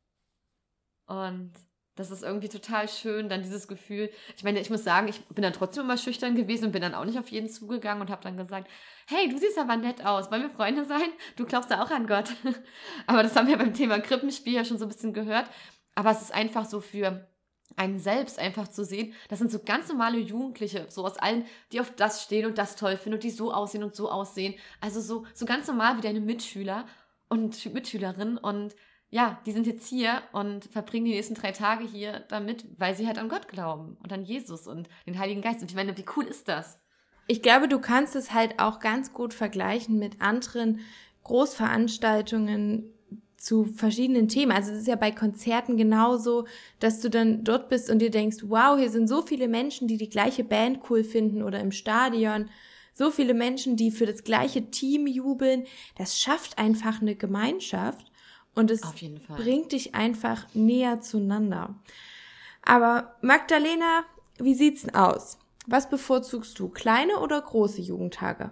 B: Und das ist irgendwie total schön, dann dieses Gefühl. Ich meine, ich muss sagen, ich bin dann trotzdem immer schüchtern gewesen und bin dann auch nicht auf jeden zugegangen und habe dann gesagt, hey, du siehst aber nett aus, wollen wir Freunde sein? Du glaubst ja auch an Gott. Aber das haben wir beim Thema Krippenspiel ja schon so ein bisschen gehört. Aber es ist einfach so für einen selbst einfach zu sehen, das sind so ganz normale Jugendliche, so aus allen, die auf das stehen und das toll finden und die so aussehen und so aussehen. Also so, so ganz normal wie deine Mitschüler und Mitschülerinnen und ja, die sind jetzt hier und verbringen die nächsten drei Tage hier damit, weil sie halt an Gott glauben und an Jesus und den Heiligen Geist. Und ich meine, wie cool ist das?
A: Ich glaube, du kannst es halt auch ganz gut vergleichen mit anderen Großveranstaltungen zu verschiedenen Themen. Also es ist ja bei Konzerten genauso, dass du dann dort bist und dir denkst, wow, hier sind so viele Menschen, die die gleiche Band cool finden oder im Stadion. So viele Menschen, die für das gleiche Team jubeln. Das schafft einfach eine Gemeinschaft. Und es bringt dich einfach näher zueinander. Aber Magdalena, wie sieht's denn aus? Was bevorzugst du, kleine oder große Jugendtage?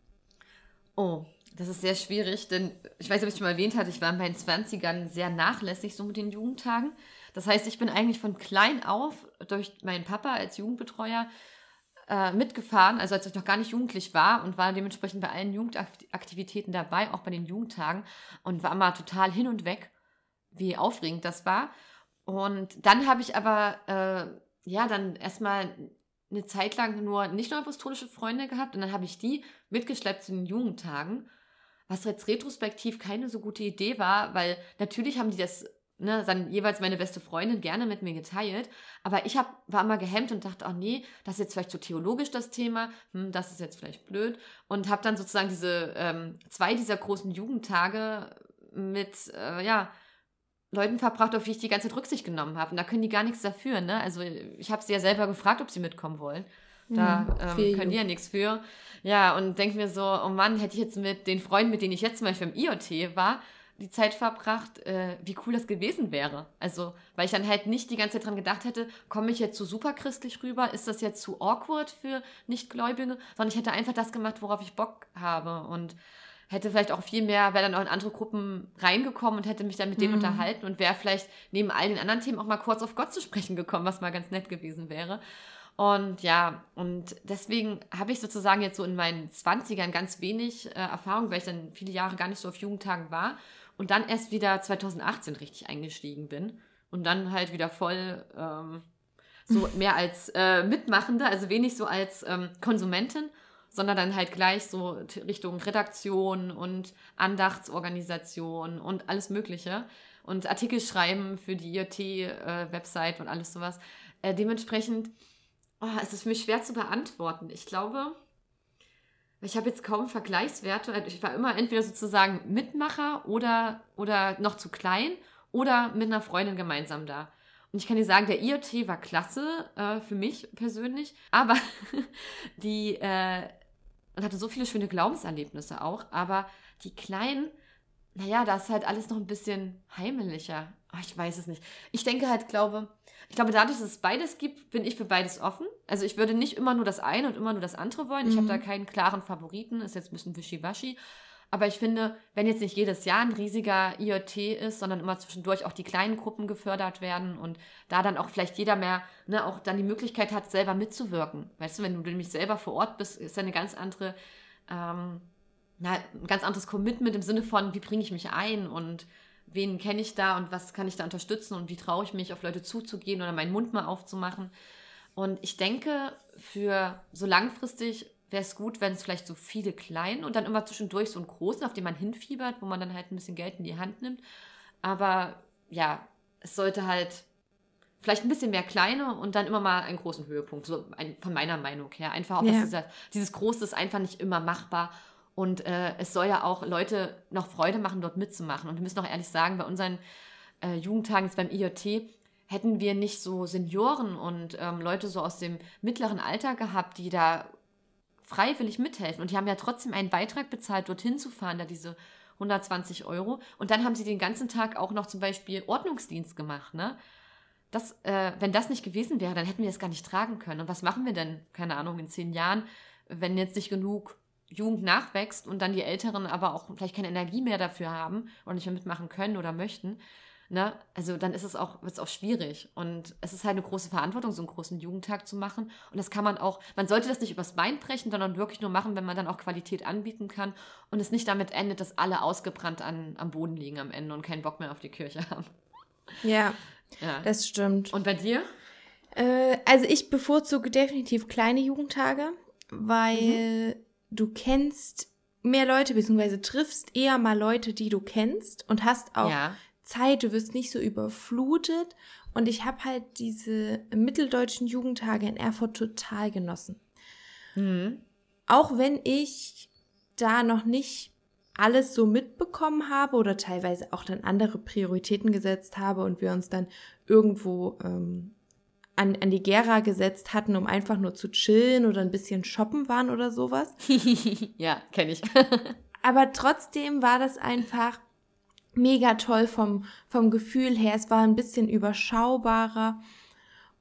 B: Oh, das ist sehr schwierig, denn ich weiß nicht, ob ich schon mal erwähnt hatte, ich war in meinen zwanzigern sehr nachlässig so mit den Jugendtagen. Das heißt, ich bin eigentlich von klein auf durch meinen Papa als Jugendbetreuer äh, mitgefahren, also als ich noch gar nicht jugendlich war und war dementsprechend bei allen Jugendaktivitäten dabei, auch bei den Jugendtagen und war immer total hin und weg, wie aufregend das war. Und dann habe ich aber, äh, ja, dann erstmal eine Zeit lang nur nicht nur apostolische Freunde gehabt und dann habe ich die mitgeschleppt zu den Jugendtagen, was jetzt retrospektiv keine so gute Idee war, weil natürlich haben die das, ne, dann jeweils meine beste Freundin gerne mit mir geteilt, aber ich hab, war immer gehemmt und dachte, oh nee, das ist jetzt vielleicht so theologisch das Thema, hm, das ist jetzt vielleicht blöd und habe dann sozusagen diese ähm, zwei dieser großen Jugendtage mit, äh, ja, Leuten verbracht, auf die ich die ganze Zeit Rücksicht genommen habe. Und da können die gar nichts dafür, ne? Also ich habe sie ja selber gefragt, ob sie mitkommen wollen. Da ähm, können die ja nichts für. Ja, und denke mir so, oh Mann, hätte ich jetzt mit den Freunden, mit denen ich jetzt zum Beispiel im I O T war, die Zeit verbracht, äh, wie cool das gewesen wäre. Also, weil ich dann halt nicht die ganze Zeit dran gedacht hätte, komme ich jetzt zu superchristlich rüber? Ist das jetzt zu awkward für Nichtgläubige? Sondern ich hätte einfach das gemacht, worauf ich Bock habe. Und hätte vielleicht auch viel mehr, wäre dann auch in andere Gruppen reingekommen und hätte mich dann mit denen mhm. unterhalten und wäre vielleicht neben all den anderen Themen auch mal kurz auf Gott zu sprechen gekommen, was mal ganz nett gewesen wäre. Und ja, und deswegen habe ich sozusagen jetzt so in meinen zwanzigern ganz wenig äh, Erfahrung, weil ich dann viele Jahre gar nicht so auf Jugendtagen war und dann erst wieder zweitausendachtzehn richtig eingestiegen bin und dann halt wieder voll ähm, so mehr als äh, Mitmachende, also wenig so als ähm, Konsumentin, sondern dann halt gleich so Richtung Redaktion und Andachtsorganisation und alles Mögliche und Artikel schreiben für die I O T-Website äh, und alles sowas. Äh, dementsprechend oh, es ist für mich schwer zu beantworten. Ich glaube, ich habe jetzt kaum Vergleichswerte. Ich war immer entweder sozusagen Mitmacher oder, oder noch zu klein oder mit einer Freundin gemeinsam da. Und ich kann dir sagen, der I O T war klasse äh, für mich persönlich, aber die äh, und hatte so viele schöne Glaubenserlebnisse auch, aber die Kleinen, naja, da ist halt alles noch ein bisschen heimeliger. Oh, ich weiß es nicht. Ich denke halt, glaube, ich glaube, dadurch, dass es beides gibt, bin ich für beides offen. Also ich würde nicht immer nur das eine und immer nur das andere wollen. Ich mhm. habe da keinen klaren Favoriten, ist jetzt ein bisschen wischiwaschi. Aber ich finde, wenn jetzt nicht jedes Jahr ein riesiger I O T ist, sondern immer zwischendurch auch die kleinen Gruppen gefördert werden und da dann auch vielleicht jeder mehr, ne, auch dann die Möglichkeit hat, selber mitzuwirken. Weißt du, wenn du nämlich selber vor Ort bist, ist ja eine ganz andere, ähm, na, ein ganz anderes Commitment im Sinne von, wie bringe ich mich ein und wen kenne ich da und was kann ich da unterstützen und wie traue ich mich, auf Leute zuzugehen oder meinen Mund mal aufzumachen. Und ich denke, für so langfristig wäre es gut, wenn es vielleicht so viele kleinen und dann immer zwischendurch so einen großen, auf den man hinfiebert, wo man dann halt ein bisschen Geld in die Hand nimmt. Aber ja, es sollte halt vielleicht ein bisschen mehr kleine und dann immer mal einen großen Höhepunkt, so ein, von meiner Meinung her. Einfach auch, ja. dass dieser, dieses Große ist einfach nicht immer machbar. Und äh, es soll ja auch Leute noch Freude machen, dort mitzumachen. Und wir müssen auch ehrlich sagen, bei unseren äh, Jugendtagen jetzt beim I O T hätten wir nicht so Senioren und ähm, Leute so aus dem mittleren Alter gehabt, die da freiwillig mithelfen. Und die haben ja trotzdem einen Beitrag bezahlt, dorthin zu fahren, da diese hundertzwanzig Euro. Und dann haben sie den ganzen Tag auch noch zum Beispiel Ordnungsdienst gemacht, ne? Das, äh, wenn das nicht gewesen wäre, dann hätten wir es gar nicht tragen können. Und was machen wir denn, keine Ahnung, in zehn Jahren, wenn jetzt nicht genug Jugend nachwächst und dann die Älteren aber auch vielleicht keine Energie mehr dafür haben oder nicht mehr mitmachen können oder möchten, ne? Also dann ist es auch, wird es auch schwierig. Und es ist halt eine große Verantwortung, so einen großen Jugendtag zu machen. Und das kann man auch, man sollte das nicht übers Bein brechen, sondern wirklich nur machen, wenn man dann auch Qualität anbieten kann und es nicht damit endet, dass alle ausgebrannt an, am Boden liegen am Ende und keinen Bock mehr auf die Kirche haben.
A: Ja, ja. Das stimmt.
B: Und bei dir?
A: Äh, also ich bevorzuge definitiv kleine Jugendtage, weil mhm. du kennst mehr Leute, beziehungsweise triffst eher mal Leute, die du kennst und hast auch ja. Zeit, du wirst nicht so überflutet. Und ich habe halt diese mitteldeutschen Jugendtage in Erfurt total genossen. Mhm. Auch wenn ich da noch nicht alles so mitbekommen habe oder teilweise auch dann andere Prioritäten gesetzt habe und wir uns dann irgendwo ähm, an, an die Gera gesetzt hatten, um einfach nur zu chillen oder ein bisschen shoppen waren oder sowas.
B: Ja, kenne ich.
A: Aber trotzdem war das einfach mega toll vom, vom Gefühl her. Es war ein bisschen überschaubarer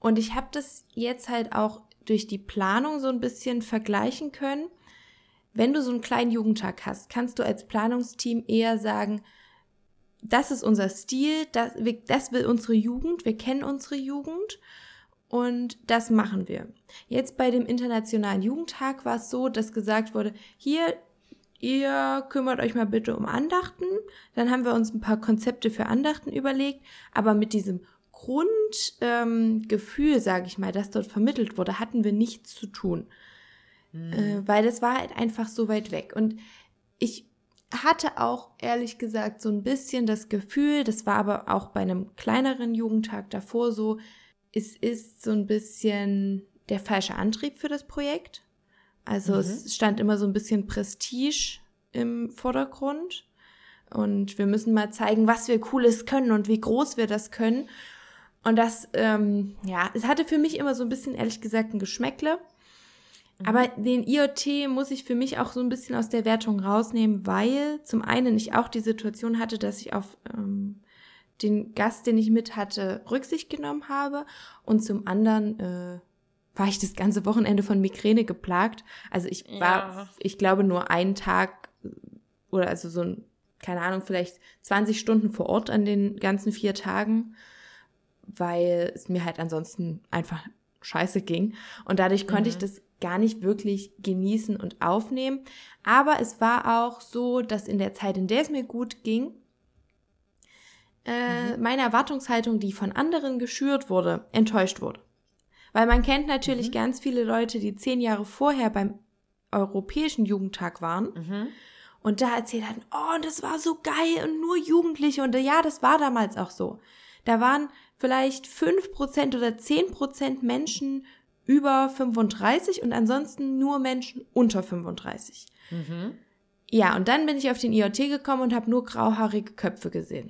A: Und ich habe das jetzt halt auch durch die Planung so ein bisschen vergleichen können. Wenn du so einen kleinen Jugendtag hast, kannst du als Planungsteam eher sagen, das ist unser Stil, das, das will unsere Jugend, wir kennen unsere Jugend und das machen wir. Jetzt bei dem Internationalen Jugendtag war es so, dass gesagt wurde, hier, ihr kümmert euch mal bitte um Andachten. Dann haben wir uns ein paar Konzepte für Andachten überlegt, aber mit diesem Grundgefühl, ähm, sage ich mal, das dort vermittelt wurde, hatten wir nichts zu tun. Mhm. Äh, weil das war halt einfach so weit weg. Und ich hatte auch, ehrlich gesagt, so ein bisschen das Gefühl, das war aber auch bei einem kleineren Jugendtag davor so, es ist so ein bisschen der falsche Antrieb für das Projekt. Also mhm. es stand immer so ein bisschen Prestige im Vordergrund. Und wir müssen mal zeigen, was wir Cooles können und wie groß wir das können. Und das, ähm, ja, es hatte für mich immer so ein bisschen, ehrlich gesagt, ein Geschmäckle. Mhm. Aber den I O T muss ich für mich auch so ein bisschen aus der Wertung rausnehmen, weil zum einen ich auch die Situation hatte, dass ich auf ähm, den Gast, den ich mit hatte, Rücksicht genommen habe. Und zum anderen äh, war ich das ganze Wochenende von Migräne geplagt. Also ich war, ja. ich glaube, nur einen Tag oder also so ein, keine Ahnung, vielleicht zwanzig Stunden vor Ort an den ganzen vier Tagen, weil es mir halt ansonsten einfach scheiße ging. Und dadurch konnte mhm. ich das gar nicht wirklich genießen und aufnehmen. Aber es war auch so, dass in der Zeit, in der es mir gut ging, äh, mhm. meine Erwartungshaltung, die von anderen geschürt wurde, enttäuscht wurde. Weil man kennt natürlich mhm. ganz viele Leute, die zehn Jahre vorher beim Europäischen Jugendtag waren mhm. und da erzählt hatten, oh, das war so geil und nur Jugendliche. Und ja, das war damals auch so. Da waren vielleicht fünf Prozent oder zehn Prozent Menschen über fünfunddreißig und ansonsten nur Menschen unter fünfunddreißig. Mhm. Ja, und dann bin ich auf den I O T gekommen und habe nur grauhaarige Köpfe gesehen.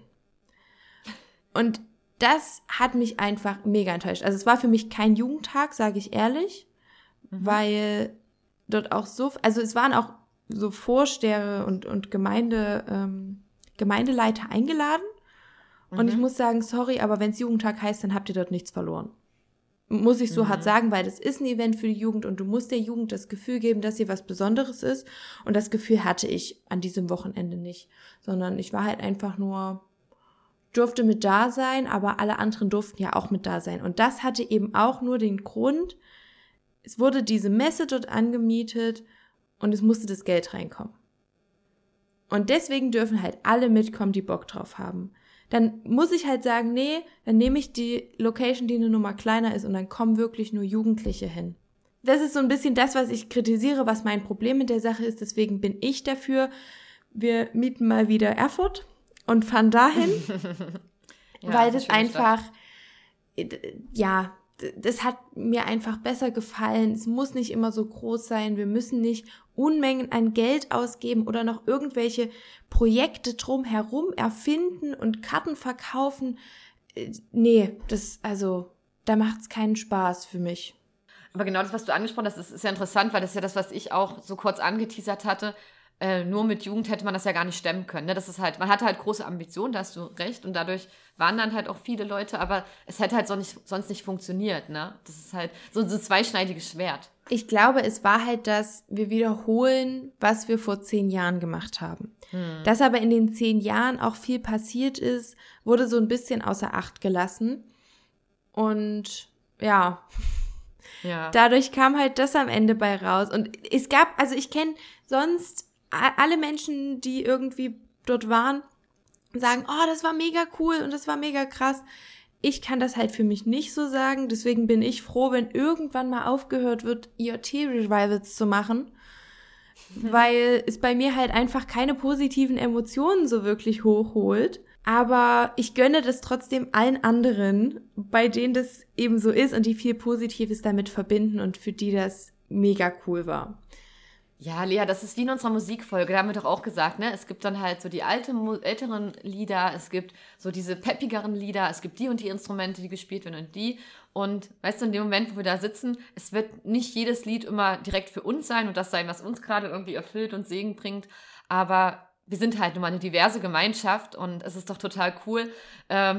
A: Und das hat mich einfach mega enttäuscht. Also es war für mich kein Jugendtag, sage ich ehrlich, mhm. weil dort auch so, also es waren auch so Vorsteher und, und Gemeinde, ähm, Gemeindeleiter eingeladen. Mhm. Und ich muss sagen, sorry, aber wenn es Jugendtag heißt, dann habt ihr dort nichts verloren. Muss ich so mhm. hart sagen, weil das ist ein Event für die Jugend und du musst der Jugend das Gefühl geben, dass sie was Besonderes ist. Und das Gefühl hatte ich an diesem Wochenende nicht, sondern ich war halt einfach nur, durfte mit da sein, aber alle anderen durften ja auch mit da sein. Und das hatte eben auch nur den Grund, es wurde diese Messe dort angemietet und es musste das Geld reinkommen. Und deswegen dürfen halt alle mitkommen, die Bock drauf haben. Dann muss ich halt sagen, nee, dann nehme ich die Location, die eine Nummer kleiner ist und dann kommen wirklich nur Jugendliche hin. Das ist so ein bisschen das, was ich kritisiere, was mein Problem mit der Sache ist. Deswegen bin ich dafür, wir mieten mal wieder Erfurt und fahren dahin, ja, weil das einfach, Stadt. ja, das hat mir einfach besser gefallen. Es muss nicht immer so groß sein. Wir müssen nicht Unmengen an Geld ausgeben oder noch irgendwelche Projekte drumherum erfinden und Karten verkaufen. Nee, das, also, da macht's keinen Spaß für mich.
B: Aber genau das, was du angesprochen hast, ist, ist ja interessant, weil das ist ja das, was ich auch so kurz angeteasert hatte. Äh, nur mit Jugend hätte man das ja gar nicht stemmen können. Ne? Das ist halt, man hatte halt große Ambitionen, da hast du recht. Und dadurch waren dann halt auch viele Leute, aber es hätte halt so nicht, sonst nicht funktioniert. Ne? Das ist halt so, so ein zweischneidiges Schwert.
A: Ich glaube, es war halt, dass wir wiederholen, was wir vor zehn Jahren gemacht haben. Hm. Dass aber in den zehn Jahren auch viel passiert ist, wurde so ein bisschen außer Acht gelassen. Und ja, ja. dadurch kam halt das am Ende bei raus. Und es gab, also ich kenne sonst alle Menschen, die irgendwie dort waren, sagen, oh, das war mega cool und das war mega krass. Ich kann das halt für mich nicht so sagen, deswegen bin ich froh, wenn irgendwann mal aufgehört wird, I O T-Revivals zu machen, mhm. weil es bei mir halt einfach keine positiven Emotionen so wirklich hochholt. Aber ich gönne das trotzdem allen anderen, bei denen das eben so ist und die viel Positives damit verbinden und für die das mega cool war.
B: Ja, Lea, das ist wie in unserer Musikfolge, da haben wir doch auch gesagt, ne? Es gibt dann halt so die alte, älteren Lieder, es gibt so diese peppigeren Lieder, es gibt die und die Instrumente, die gespielt werden und die. Und weißt du, in dem Moment, wo wir da sitzen, es wird nicht jedes Lied immer direkt für uns sein und das sein, was uns gerade irgendwie erfüllt und Segen bringt, aber wir sind halt nun mal eine diverse Gemeinschaft und es ist doch total cool, ähm,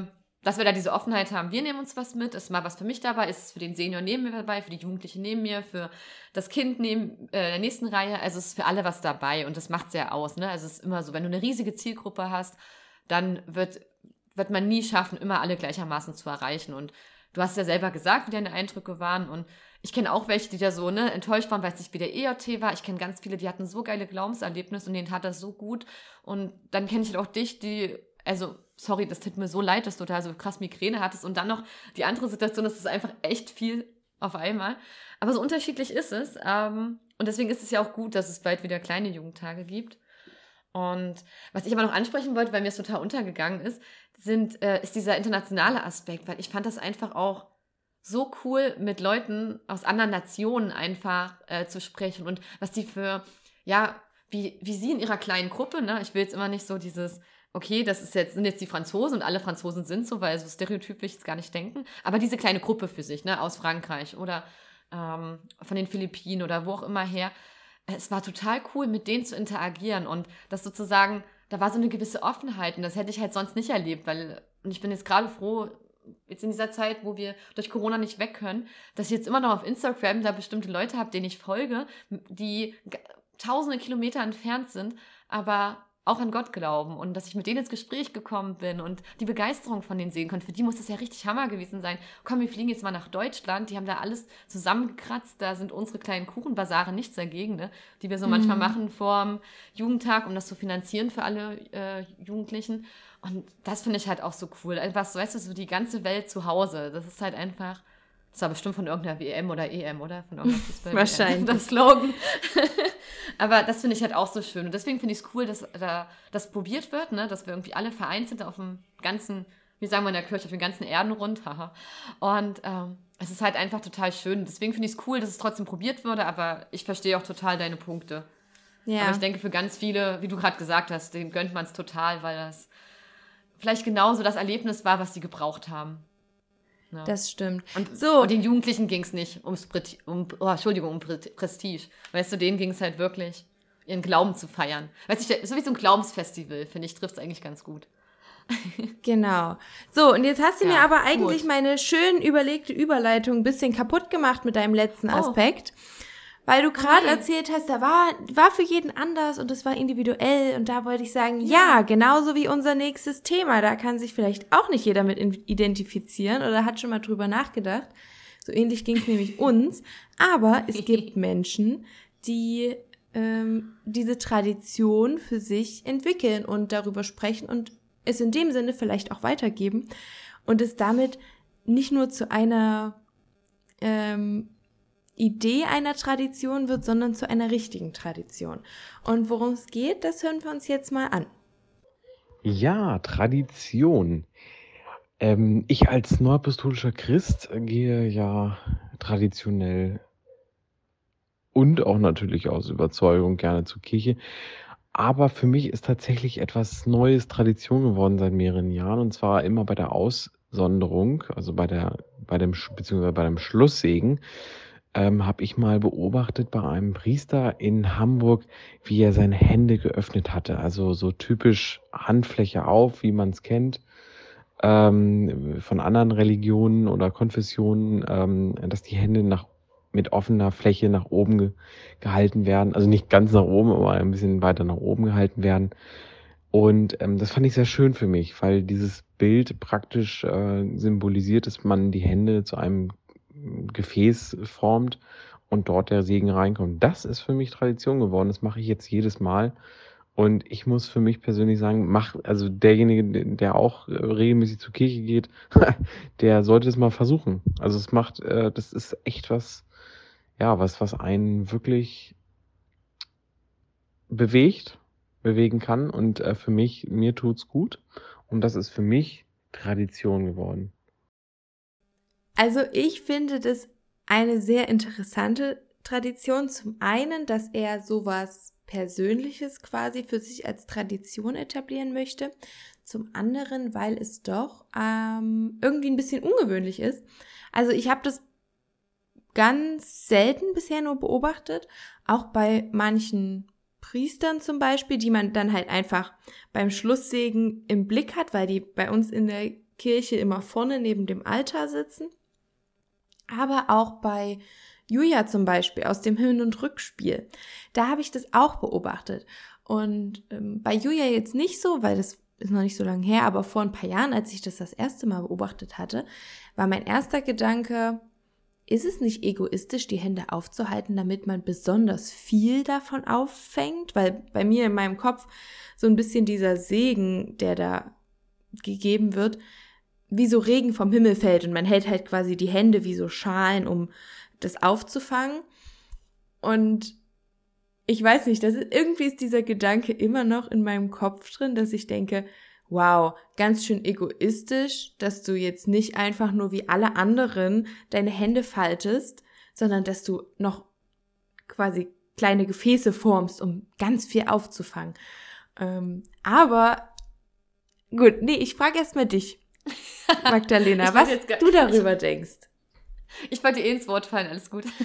B: dass wir da diese Offenheit haben, wir nehmen uns was mit, ist mal was für mich dabei, ist es für den Senior neben mir dabei, für die Jugendliche neben mir, für das Kind neben äh, der nächsten Reihe, also es ist für alle was dabei und das macht es ja aus, ne? Also es ist immer so, wenn du eine riesige Zielgruppe hast, dann wird, wird man nie schaffen, immer alle gleichermaßen zu erreichen und du hast ja selber gesagt, wie deine Eindrücke waren und ich kenne auch welche, die da so ne, enttäuscht waren, weil es nicht wie der E J T war. Ich kenne ganz viele, die hatten so geile Glaubenserlebnisse und denen tat das so gut und dann kenne ich halt auch dich, die, also sorry, das tut mir so leid, dass du da so krass Migräne hattest und dann noch die andere Situation, das ist einfach echt viel auf einmal. Aber so unterschiedlich ist es. Ähm, und deswegen ist es ja auch gut, dass es bald wieder kleine Jugendtage gibt. Und was ich aber noch ansprechen wollte, weil mir es total untergegangen ist, sind, äh, ist dieser internationale Aspekt, weil ich fand das einfach auch so cool, mit Leuten aus anderen Nationen einfach äh, zu sprechen und was die für, ja, wie, wie sie in ihrer kleinen Gruppe, ne, ich will jetzt immer nicht so dieses, okay, das ist jetzt, sind jetzt die Franzosen und alle Franzosen sind so, weil so stereotyp will ich jetzt gar nicht denken, aber diese kleine Gruppe für sich, ne, aus Frankreich oder ähm, von den Philippinen oder wo auch immer her, es war total cool, mit denen zu interagieren und das sozusagen, da war so eine gewisse Offenheit und das hätte ich halt sonst nicht erlebt, weil, und ich bin jetzt gerade froh, jetzt in dieser Zeit, wo wir durch Corona nicht weg können, dass ich jetzt immer noch auf Instagram da bestimmte Leute habe, denen ich folge, die tausende Kilometer entfernt sind, aber auch an Gott glauben und dass ich mit denen ins Gespräch gekommen bin und die Begeisterung von denen sehen konnte. Für die muss das ja richtig Hammer gewesen sein. Komm, wir fliegen jetzt mal nach Deutschland. Die haben da alles zusammengekratzt. Da sind unsere kleinen Kuchenbasare nichts dagegen, ne? Die wir so mhm. manchmal machen vorm Jugendtag, um das zu finanzieren für alle äh, Jugendlichen. Und das finde ich halt auch so cool. Einfach so, weißt du, so die ganze Welt zu Hause. Das ist halt einfach, das war bestimmt von irgendeiner W M oder E M, oder? Von irgendeiner Fußball-
A: Wahrscheinlich.
B: Das Slogan. Aber das finde ich halt auch so schön. Und deswegen finde ich es cool, dass da das probiert wird, ne? Dass wir irgendwie alle vereint sind auf dem ganzen, wie sagen wir in der Kirche, auf dem ganzen Erdenrund. Und ähm, es ist halt einfach total schön. Deswegen finde ich es cool, dass es trotzdem probiert wurde, aber ich verstehe auch total deine Punkte. Ja. Aber ich denke, für ganz viele, wie du gerade gesagt hast, denen gönnt man es total, weil das vielleicht genauso das Erlebnis war, was sie gebraucht haben. Ja.
A: Das stimmt.
B: Und,
A: so.
B: und den Jugendlichen ging es nicht ums Pre- um, oh, Entschuldigung, um Pre- Prestige. Weißt du, denen ging es halt wirklich, ihren Glauben zu feiern. Weißt du, so wie so ein Glaubensfestival, finde ich, trifft es eigentlich ganz gut.
A: Genau. So, und jetzt hast du
B: ja,
A: mir aber eigentlich
B: gut.
A: meine schön überlegte Überleitung ein bisschen kaputt gemacht mit deinem letzten Aspekt. Oh. Weil du gerade erzählt hast, da war, war für jeden anders und es war individuell und da wollte ich sagen, ja. ja, genauso wie unser nächstes Thema, da kann sich vielleicht auch nicht jeder mit identifizieren oder hat schon mal drüber nachgedacht. So ähnlich ging es nämlich uns, aber es gibt Menschen, die ähm, diese Tradition für sich entwickeln und darüber sprechen und es in dem Sinne vielleicht auch weitergeben und es damit nicht nur zu einer ähm, Idee einer Tradition wird, sondern zu einer richtigen Tradition. Und worum es geht, das hören wir uns jetzt mal an.
E: Ja, Tradition. Ähm, ich als neuapostolischer Christ gehe ja traditionell und auch natürlich aus Überzeugung gerne zur Kirche. Aber für mich ist tatsächlich etwas Neues Tradition geworden seit mehreren Jahren. Und zwar immer bei der Aussonderung, also bei der, bei dem, beziehungsweise bei dem Schlusssegen, Ähm, habe ich mal beobachtet bei einem Priester in Hamburg, wie er seine Hände geöffnet hatte. Also so typisch Handfläche auf, wie man es kennt ähm, von anderen Religionen oder Konfessionen, ähm, dass die Hände nach, mit offener Fläche nach oben ge- gehalten werden. Also nicht ganz nach oben, aber ein bisschen weiter nach oben gehalten werden. Und ähm, das fand ich sehr schön für mich, weil dieses Bild praktisch äh, symbolisiert, dass man die Hände zu einem Gefäß formt und dort der Segen reinkommt. Das ist für mich Tradition geworden. Das mache ich jetzt jedes Mal. Und ich muss für mich persönlich sagen, mach, also derjenige, der auch regelmäßig zur Kirche geht, der sollte es mal versuchen. Also es macht, äh, das ist echt was, ja, was, was einen wirklich bewegt, bewegen kann. Und äh, für mich, mir tut's gut. Und das ist für mich Tradition geworden.
A: Also ich finde das eine sehr interessante Tradition. Zum einen, dass er sowas Persönliches quasi für sich als Tradition etablieren möchte. Zum anderen, weil es doch ähm, irgendwie ein bisschen ungewöhnlich ist. Also ich habe das ganz selten bisher nur beobachtet, auch bei manchen Priestern zum Beispiel, die man dann halt einfach beim Schlusssegen im Blick hat, weil die bei uns in der Kirche immer vorne neben dem Altar sitzen. Aber auch bei Julia zum Beispiel aus dem Hin- und Rückspiel, da habe ich das auch beobachtet. Und ähm, bei Julia jetzt nicht so, weil das ist noch nicht so lange her, aber vor ein paar Jahren, als ich das das erste Mal beobachtet hatte, war mein erster Gedanke, ist es nicht egoistisch, die Hände aufzuhalten, damit man besonders viel davon auffängt? Weil bei mir in meinem Kopf so ein bisschen dieser Segen, der da gegeben wird, wie so Regen vom Himmel fällt und man hält halt quasi die Hände wie so Schalen, um das aufzufangen. Und ich weiß nicht, das ist, irgendwie ist dieser Gedanke immer noch in meinem Kopf drin, dass ich denke, wow, ganz schön egoistisch, dass du jetzt nicht einfach nur wie alle anderen deine Hände faltest, sondern dass du noch quasi kleine Gefäße formst, um ganz viel aufzufangen. Ähm, aber gut, nee, ich frage erst mal dich, Magdalena, was gar, du darüber ich, denkst.
B: Ich wollte dir eh ins Wort fallen, alles gut.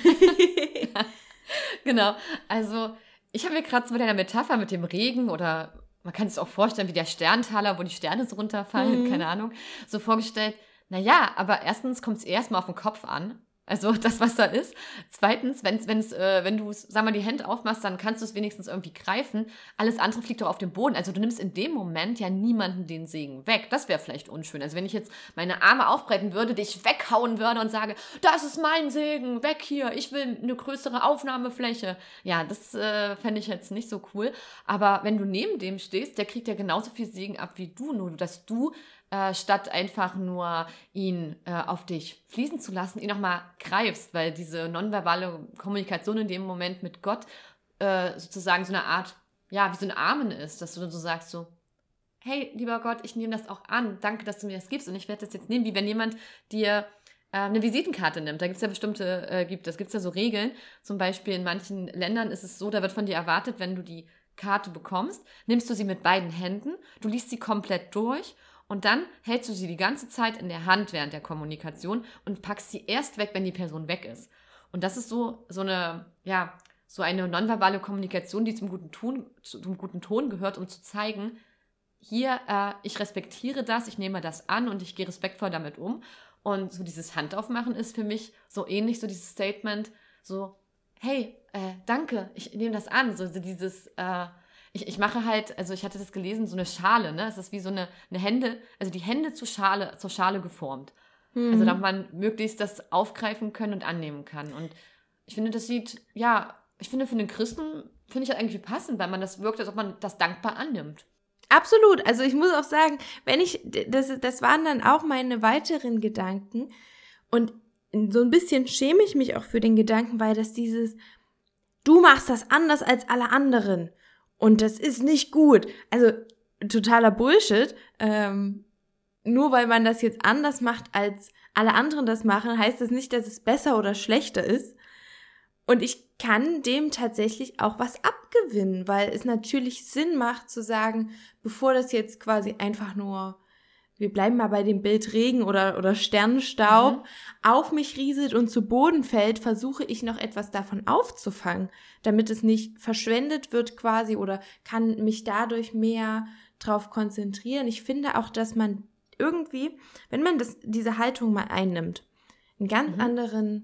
B: Genau, also ich habe mir gerade so mit einer Metapher mit dem Regen oder man kann es auch vorstellen wie der Sterntaler, wo die Sterne so runterfallen, mhm. keine Ahnung, so vorgestellt, naja, aber erstens kommt es erstmal auf den Kopf an, also das, was da ist. Zweitens, wenn's, wenn's, äh, wenn du, sag mal, die Hände aufmachst, dann kannst du es wenigstens irgendwie greifen. Alles andere fliegt doch auf den Boden. Also du nimmst in dem Moment ja niemanden den Segen weg. Das wäre vielleicht unschön. Also wenn ich jetzt meine Arme aufbreiten würde, dich weghauen würde und sage, das ist mein Segen, weg hier, ich will eine größere Aufnahmefläche. Ja, das äh, fände ich jetzt nicht so cool. Aber wenn du neben dem stehst, der kriegt ja genauso viel Segen ab wie du, nur dass du Äh, statt einfach nur ihn äh, auf dich fließen zu lassen, ihn nochmal greifst, weil diese nonverbale Kommunikation in dem Moment mit Gott äh, sozusagen so eine Art, ja, wie so ein Amen ist, dass du dann so sagst so, hey, lieber Gott, ich nehme das auch an, danke, dass du mir das gibst und ich werde das jetzt nehmen, wie wenn jemand dir äh, eine Visitenkarte nimmt. Da gibt es ja bestimmte, äh, gibt es gibt ja so Regeln, zum Beispiel in manchen Ländern ist es so, da wird von dir erwartet, wenn du die Karte bekommst, nimmst du sie mit beiden Händen, du liest sie komplett durch. Und dann hältst du sie die ganze Zeit in der Hand während der Kommunikation und packst sie erst weg, wenn die Person weg ist. Und das ist so, so eine, ja, so eine nonverbale Kommunikation, die zum guten Ton, zum guten Ton gehört, um zu zeigen, hier, äh, ich respektiere das, ich nehme das an und ich gehe respektvoll damit um. Und so dieses Handaufmachen ist für mich so ähnlich, so dieses Statement, so, hey, äh, danke, ich nehme das an. So, so dieses, äh, Ich, ich mache halt, also ich hatte das gelesen, so eine Schale, ne? Es ist wie so eine, eine Hände, also die Hände zur Schale, zur Schale geformt. Mhm. Also damit man möglichst das aufgreifen können und annehmen kann. Und ich finde, das sieht, ja, ich finde für den Christen, finde ich das eigentlich passend, weil man das wirkt, als ob man das dankbar annimmt.
A: Absolut, also ich muss auch sagen, wenn ich, das, das waren dann auch meine weiteren Gedanken und so ein bisschen schäme ich mich auch für den Gedanken, weil das dieses, du machst das anders als alle anderen. Und das ist nicht gut. Also totaler Bullshit. Ähm, nur weil man das jetzt anders macht, als alle anderen das machen, heißt das nicht, dass es besser oder schlechter ist. Und ich kann dem tatsächlich auch was abgewinnen, weil es natürlich Sinn macht zu sagen, bevor das jetzt quasi einfach nur, wir bleiben mal bei dem Bild Regen oder, oder Sternenstaub, mhm. auf mich rieselt und zu Boden fällt, versuche ich noch etwas davon aufzufangen, damit es nicht verschwendet wird quasi oder kann mich dadurch mehr drauf konzentrieren. Ich finde auch, dass man irgendwie, wenn man das, diese Haltung mal einnimmt, einen ganz mhm. anderen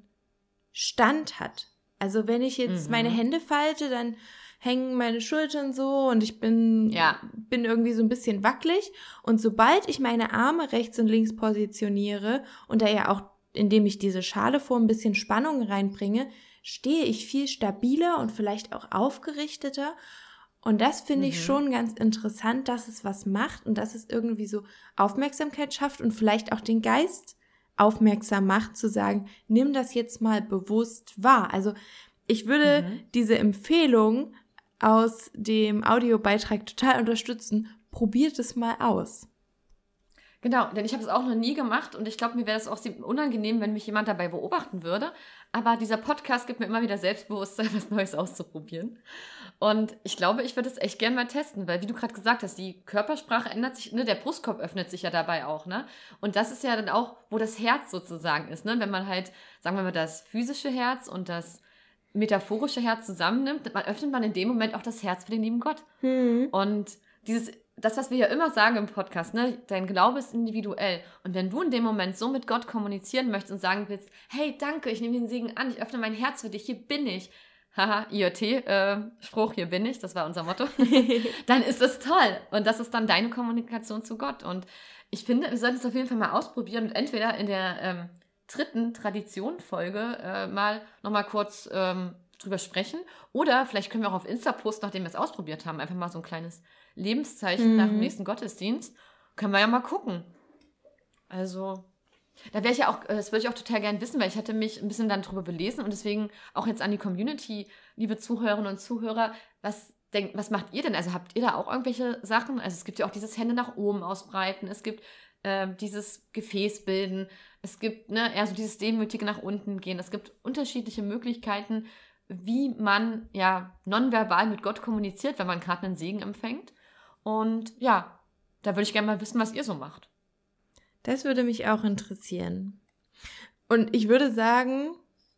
A: Stand hat. Also wenn ich jetzt mhm. meine Hände falte, dann hängen meine Schultern so und ich bin, ja. bin irgendwie so ein bisschen wackelig. Und sobald ich meine Arme rechts und links positioniere und da ja auch, indem ich diese Schale vor ein bisschen Spannung reinbringe, stehe ich viel stabiler und vielleicht auch aufgerichteter. Und das finde mhm. ich schon ganz interessant, dass es was macht und dass es irgendwie so Aufmerksamkeit schafft und vielleicht auch den Geist aufmerksam macht, zu sagen, nimm das jetzt mal bewusst wahr. Also ich würde mhm. diese Empfehlung aus dem Audiobeitrag total unterstützen. Probiert es mal aus.
B: Genau, denn ich habe es auch noch nie gemacht und ich glaube, mir wäre das auch unangenehm, wenn mich jemand dabei beobachten würde. Aber dieser Podcast gibt mir immer wieder Selbstbewusstsein, was Neues auszuprobieren. Und ich glaube, ich würde es echt gerne mal testen, weil wie du gerade gesagt hast, die Körpersprache ändert sich, ne, der Brustkorb öffnet sich ja dabei auch, ne? Und das ist ja dann auch, wo das Herz sozusagen ist, ne? Wenn man halt, sagen wir mal, das physische Herz und das metaphorische Herz zusammennimmt, man öffnet man in dem Moment auch das Herz für den lieben Gott. Mhm. Und dieses das, was wir ja immer sagen im Podcast, ne, dein Glaube ist individuell. Und wenn du in dem Moment so mit Gott kommunizieren möchtest und sagen willst, hey, danke, ich nehme den Segen an, ich öffne mein Herz für dich, hier bin ich. Haha, I J T, äh, Spruch, hier bin ich, das war unser Motto. Dann ist das toll. Und das ist dann deine Kommunikation zu Gott. Und ich finde, wir sollten es auf jeden Fall mal ausprobieren und entweder in der ähm, dritten Tradition-Folge äh, mal nochmal kurz ähm, drüber sprechen. Oder vielleicht können wir auch auf Insta posten, nachdem wir es ausprobiert haben, einfach mal so ein kleines Lebenszeichen
A: Mhm.
B: nach dem nächsten Gottesdienst. Können wir ja mal gucken. Also, da wäre ich ja auch, äh, das würde ich auch total gerne wissen, weil ich hatte mich ein bisschen dann drüber belesen und deswegen auch jetzt an die Community, liebe Zuhörerinnen und Zuhörer, was denkt, was macht ihr denn? Also habt ihr da auch irgendwelche Sachen? Also es gibt ja auch dieses Hände nach oben ausbreiten, es gibt äh, dieses Gefäß bilden, es gibt ne, eher so dieses demütige nach unten gehen, es gibt unterschiedliche Möglichkeiten, wie man ja nonverbal mit Gott kommuniziert, wenn man gerade einen Segen empfängt. Und ja, da würde ich gerne mal wissen, was ihr so macht.
A: Das würde mich auch interessieren. Und ich würde sagen,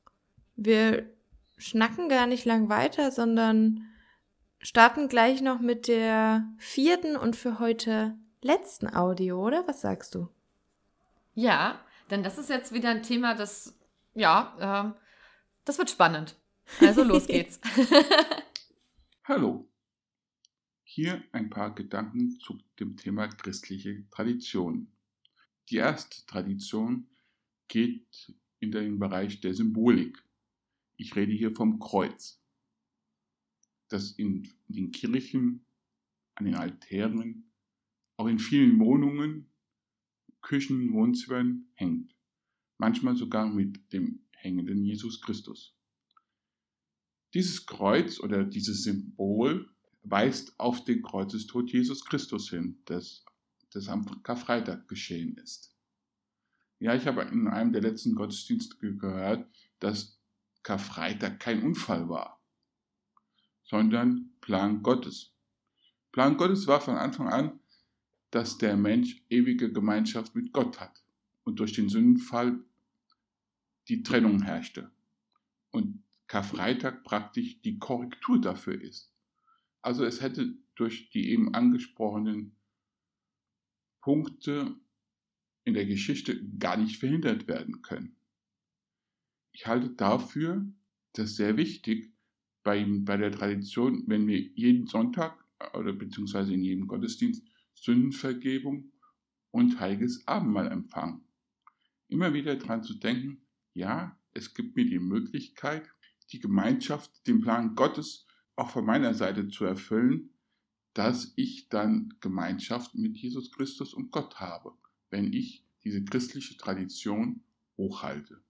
A: wir schnacken gar nicht lang weiter, sondern starten gleich noch mit der vierten und für heute letzten Audio, oder? Was sagst du?
B: Ja, denn das ist jetzt wieder ein Thema, das, ja, ähm, das wird spannend. Also los geht's.
F: Hallo, hier ein paar Gedanken zu dem Thema christliche Tradition. Die erste Tradition geht in den Bereich der Symbolik. Ich rede hier vom Kreuz, das in den Kirchen, an den Altären, auch in vielen Wohnungen, Küchen, Wohnzimmern hängt. Manchmal sogar mit dem hängenden Jesus Christus. Dieses Kreuz oder dieses Symbol weist auf den Kreuzestod Jesus Christus hin, das, das am Karfreitag geschehen ist. Ja, ich habe in einem der letzten Gottesdienste gehört, dass Karfreitag kein Unfall war, sondern Plan Gottes. Plan Gottes war von Anfang an, dass der Mensch ewige Gemeinschaft mit Gott hat und durch den Sündenfall die Trennung herrschte. Und Karfreitag praktisch die Korrektur dafür ist. Also es hätte durch die eben angesprochenen Punkte in der Geschichte gar nicht verhindert werden können. Ich halte dafür, das sehr wichtig bei, bei der Tradition, wenn wir jeden Sonntag oder beziehungsweise in jedem Gottesdienst Sündenvergebung und heiliges Abendmahl empfangen. Immer wieder daran zu denken, ja, es gibt mir die Möglichkeit, die Gemeinschaft, den Plan Gottes auch von meiner Seite zu erfüllen, dass ich dann Gemeinschaft mit Jesus Christus und Gott habe, wenn ich diese christliche Tradition hochhalte.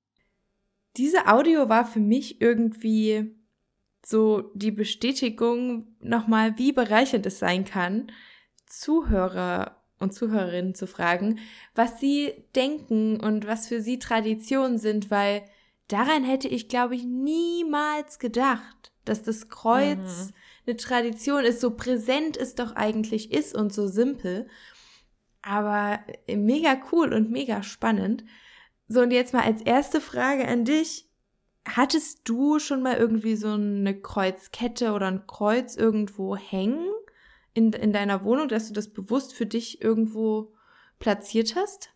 A: Diese Audio war für mich irgendwie so die Bestätigung nochmal, wie bereichernd es sein kann, Zuhörer und Zuhörerinnen zu fragen, was sie denken und was für sie Traditionen sind, weil daran hätte ich, glaube ich, niemals gedacht, dass das Kreuz mhm. eine Tradition ist, so präsent es doch eigentlich ist und so simpel, aber mega cool und mega spannend. So, und jetzt mal als erste Frage an dich. Hattest du schon mal irgendwie so eine Kreuzkette oder ein Kreuz irgendwo hängen in, in deiner Wohnung, dass du das bewusst für dich irgendwo platziert hast?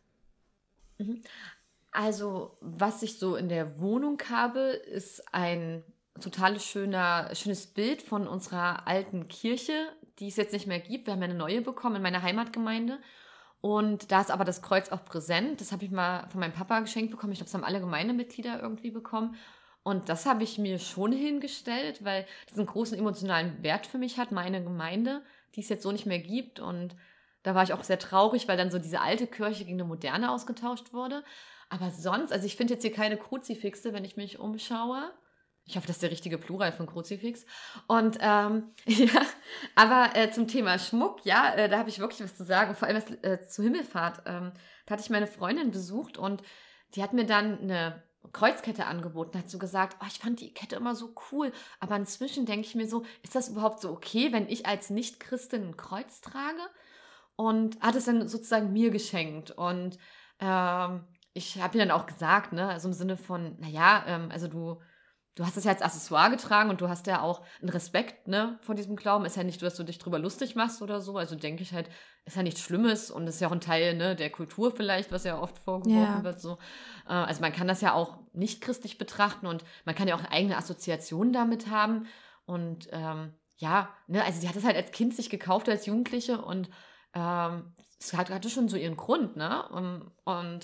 B: Also, was ich so in der Wohnung habe, ist ein total schöner, schönes Bild von unserer alten Kirche, die es jetzt nicht mehr gibt. Wir haben ja eine neue bekommen in meiner Heimatgemeinde. Und da ist aber das Kreuz auch präsent. Das habe ich mal von meinem Papa geschenkt bekommen. Ich glaube, das haben alle Gemeindemitglieder irgendwie bekommen. Und das habe ich mir schon hingestellt, weil das einen großen emotionalen Wert für mich hat, meine Gemeinde, die es jetzt so nicht mehr gibt. Und da war ich auch sehr traurig, weil dann so diese alte Kirche gegen eine moderne ausgetauscht wurde. Aber sonst, also ich finde jetzt hier keine Kruzifixe, wenn ich mich umschaue. Ich hoffe, das ist der richtige Plural von Kruzifix. Und ähm, ja, aber äh, zum Thema Schmuck, ja, äh, da habe ich wirklich was zu sagen. Vor allem was, äh, zur Himmelfahrt. Ähm, da hatte ich meine Freundin besucht und die hat mir dann eine Kreuzkette angeboten, hat so gesagt, oh, ich fand die Kette immer so cool, aber inzwischen denke ich mir so, ist das überhaupt so okay, wenn ich als Nicht-Christin ein Kreuz trage? Und hat es dann sozusagen mir geschenkt und ähm, ich habe ihr dann auch gesagt, ne, also im Sinne von, naja, ähm, also du du hast es ja als Accessoire getragen und du hast ja auch einen Respekt, ne, vor diesem Glauben. Ist ja nicht, dass du dich drüber lustig machst oder so. Also denke ich halt, ist ja nichts Schlimmes und ist ja auch ein Teil, ne, der Kultur vielleicht, was ja oft vorgeworfen
A: Ja.
B: wird. So. Äh, Also man kann das ja auch nicht christlich betrachten und man kann ja auch eigene Assoziationen damit haben. Und ähm, ja, ne, also sie hat es halt als Kind sich gekauft, als Jugendliche und ähm, es hat, hatte schon so ihren Grund, ne? Und, und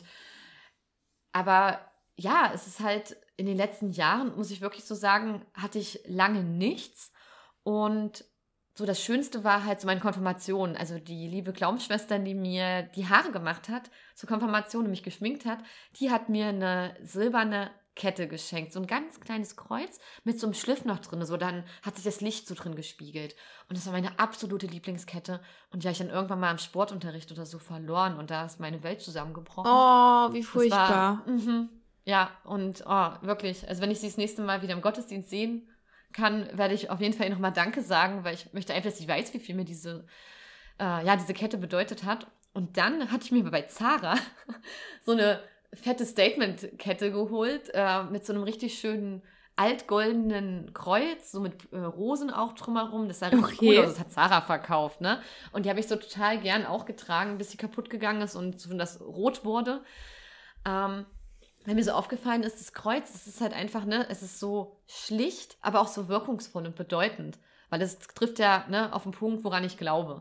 B: aber ja, es ist halt in den letzten Jahren, muss ich wirklich so sagen, hatte ich lange nichts. Und so das Schönste war halt so meine Konfirmation. Also die liebe Glaubensschwester, die mir die Haare gemacht hat zur Konfirmation und mich geschminkt hat, die hat mir eine silberne Kette geschenkt. So ein ganz kleines Kreuz mit so einem Schliff noch drin. So dann hat sich das Licht so drin gespiegelt. Und das war meine absolute Lieblingskette. Und die habe ich dann irgendwann mal im Sportunterricht oder so verloren. Und da ist meine Welt zusammengebrochen.
A: Oh, wie
B: Das
A: furchtbar.
B: war, mhm, ja, und oh, wirklich, also wenn ich sie das nächste Mal wieder im Gottesdienst sehen kann, werde ich auf jeden Fall ihr nochmal Danke sagen, weil ich möchte einfach, dass sie weiß, wie viel mir diese, äh, ja, diese Kette bedeutet hat. Und dann hatte ich mir bei Zara so eine fette Statement-Kette geholt, äh, mit so einem richtig schönen altgoldenen Kreuz, so mit äh, Rosen auch drumherum. Das sah richtig
A: Okay.
B: cool aus. Das hat Zara verkauft, ne? Und die habe ich so total gern auch getragen, bis sie kaputt gegangen ist und so das rot wurde. Ähm, Weil mir so aufgefallen ist, das Kreuz, das ist halt einfach, ne, es ist so schlicht, aber auch so wirkungsvoll und bedeutend. Weil es trifft ja, ne, auf den Punkt, woran ich glaube.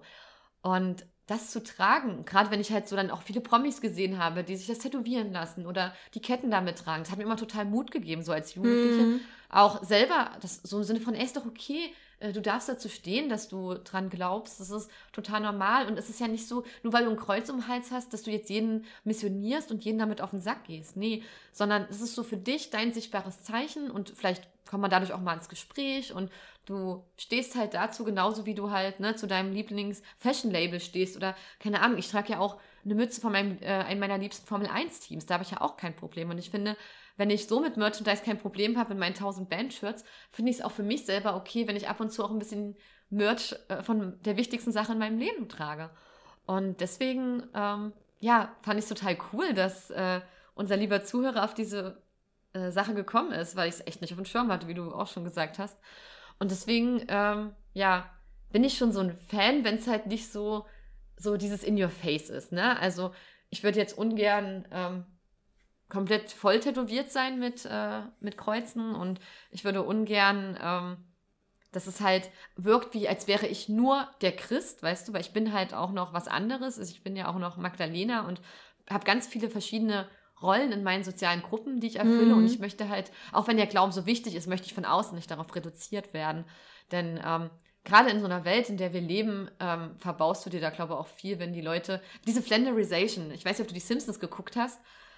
B: Und das zu tragen, gerade wenn ich halt so dann auch viele Promis gesehen habe, die sich das tätowieren lassen oder die Ketten damit tragen, das hat mir immer total Mut gegeben, so als Jugendliche.
A: Mhm.
B: Auch selber, das so im Sinne von, ey, ist doch okay, äh, du darfst dazu stehen, dass du dran glaubst, das ist total normal und es ist ja nicht so, nur weil du ein Kreuz um den Hals hast, dass du jetzt jeden missionierst und jeden damit auf den Sack gehst, nee, sondern es ist so für dich dein sichtbares Zeichen und vielleicht kommt man dadurch auch mal ins Gespräch und du stehst halt dazu, genauso wie du halt, ne, zu deinem Lieblings-Fashion-Label stehst oder, keine Ahnung, ich trage ja auch eine Mütze von meinem, äh, einem meiner liebsten Formel eins Teams, da habe ich ja auch kein Problem und ich finde, wenn ich so mit Merchandise kein Problem habe in meinen tausend Band-Shirts, finde ich es auch für mich selber okay, wenn ich ab und zu auch ein bisschen Merch äh, von der wichtigsten Sache in meinem Leben trage. Und deswegen, ähm, ja, fand ich es total cool, dass äh, unser lieber Zuhörer auf diese äh, Sache gekommen ist, weil ich es echt nicht auf dem Schirm hatte, wie du auch schon gesagt hast. Und deswegen, ähm, ja, bin ich schon so ein Fan, wenn es halt nicht so, so dieses In-Your-Face ist, ne? Also ich würde jetzt ungern ähm, komplett voll tätowiert sein mit, äh, mit Kreuzen und ich würde ungern, ähm, dass es halt wirkt, wie als wäre ich nur der Christ, weißt du, weil ich bin halt auch noch was anderes. Also ich bin ja auch noch Magdalena und habe ganz viele verschiedene Rollen in meinen sozialen Gruppen, die ich erfülle.
A: Mhm.
B: Und ich möchte halt, auch wenn der Glauben so wichtig ist, möchte ich von außen nicht darauf reduziert werden. Denn ähm, gerade in so einer Welt, in der wir leben, ähm, verbaust du dir da, glaube ich, auch viel, wenn die Leute, diese Flanderization, ich weiß nicht, ob du die Simpsons geguckt hast,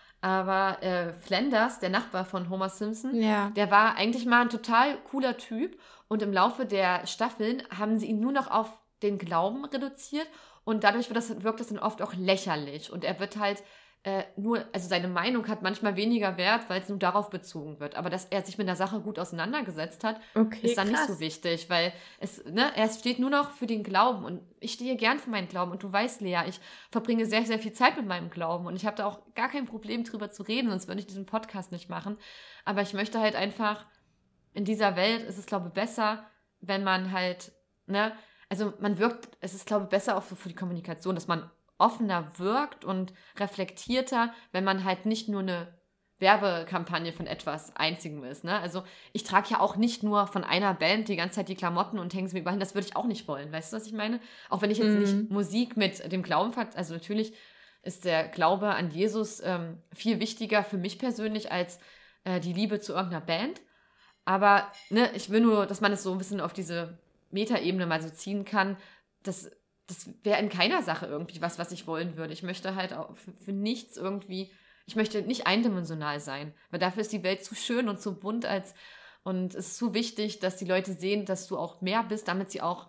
B: aber äh, Flanders, der Nachbar von Homer Simpson,
A: Ja.
B: der war eigentlich mal ein total cooler Typ und im Laufe der Staffeln haben sie ihn nur noch auf den Glauben reduziert und dadurch wird das, wirkt das dann oft auch lächerlich und er wird halt äh, nur, also seine Meinung hat manchmal weniger Wert, weil es nur darauf bezogen wird, aber dass er sich mit der Sache gut auseinandergesetzt hat,
A: Okay,
B: ist dann
A: krass.
B: nicht so wichtig, weil es, ne, er steht nur noch für den Glauben und ich stehe gern für meinen Glauben und du weißt, Lea, ich verbringe sehr, sehr viel Zeit mit meinem Glauben und ich habe da auch gar kein Problem drüber zu reden, sonst würde ich diesen Podcast nicht machen, aber ich möchte halt einfach, in dieser Welt ist es, glaube ich, besser, wenn man halt, ne, also man wirkt, es ist, glaube ich, besser auch für, für die Kommunikation, dass man offener wirkt und reflektierter, wenn man halt nicht nur eine Werbekampagne von etwas Einzigem ist. Ne? Also ich trage ja auch nicht nur von einer Band die ganze Zeit die Klamotten und hänge sie mir überall hin. Das würde ich auch nicht wollen. Weißt du, was ich meine? Auch wenn ich jetzt
A: Mhm.
B: nicht Musik mit dem Glauben ver... Also natürlich ist der Glaube an Jesus ähm, viel wichtiger für mich persönlich als äh, die Liebe zu irgendeiner Band. Aber ne, ich will nur, dass man es so ein bisschen auf diese Metaebene mal so ziehen kann. Das, das wäre in keiner Sache irgendwie was, was ich wollen würde. Ich möchte halt auch für, für nichts irgendwie... Ich möchte nicht eindimensional sein, weil dafür ist die Welt zu schön und zu bunt als und es ist zu wichtig, dass die Leute sehen, dass du auch mehr bist, damit sie auch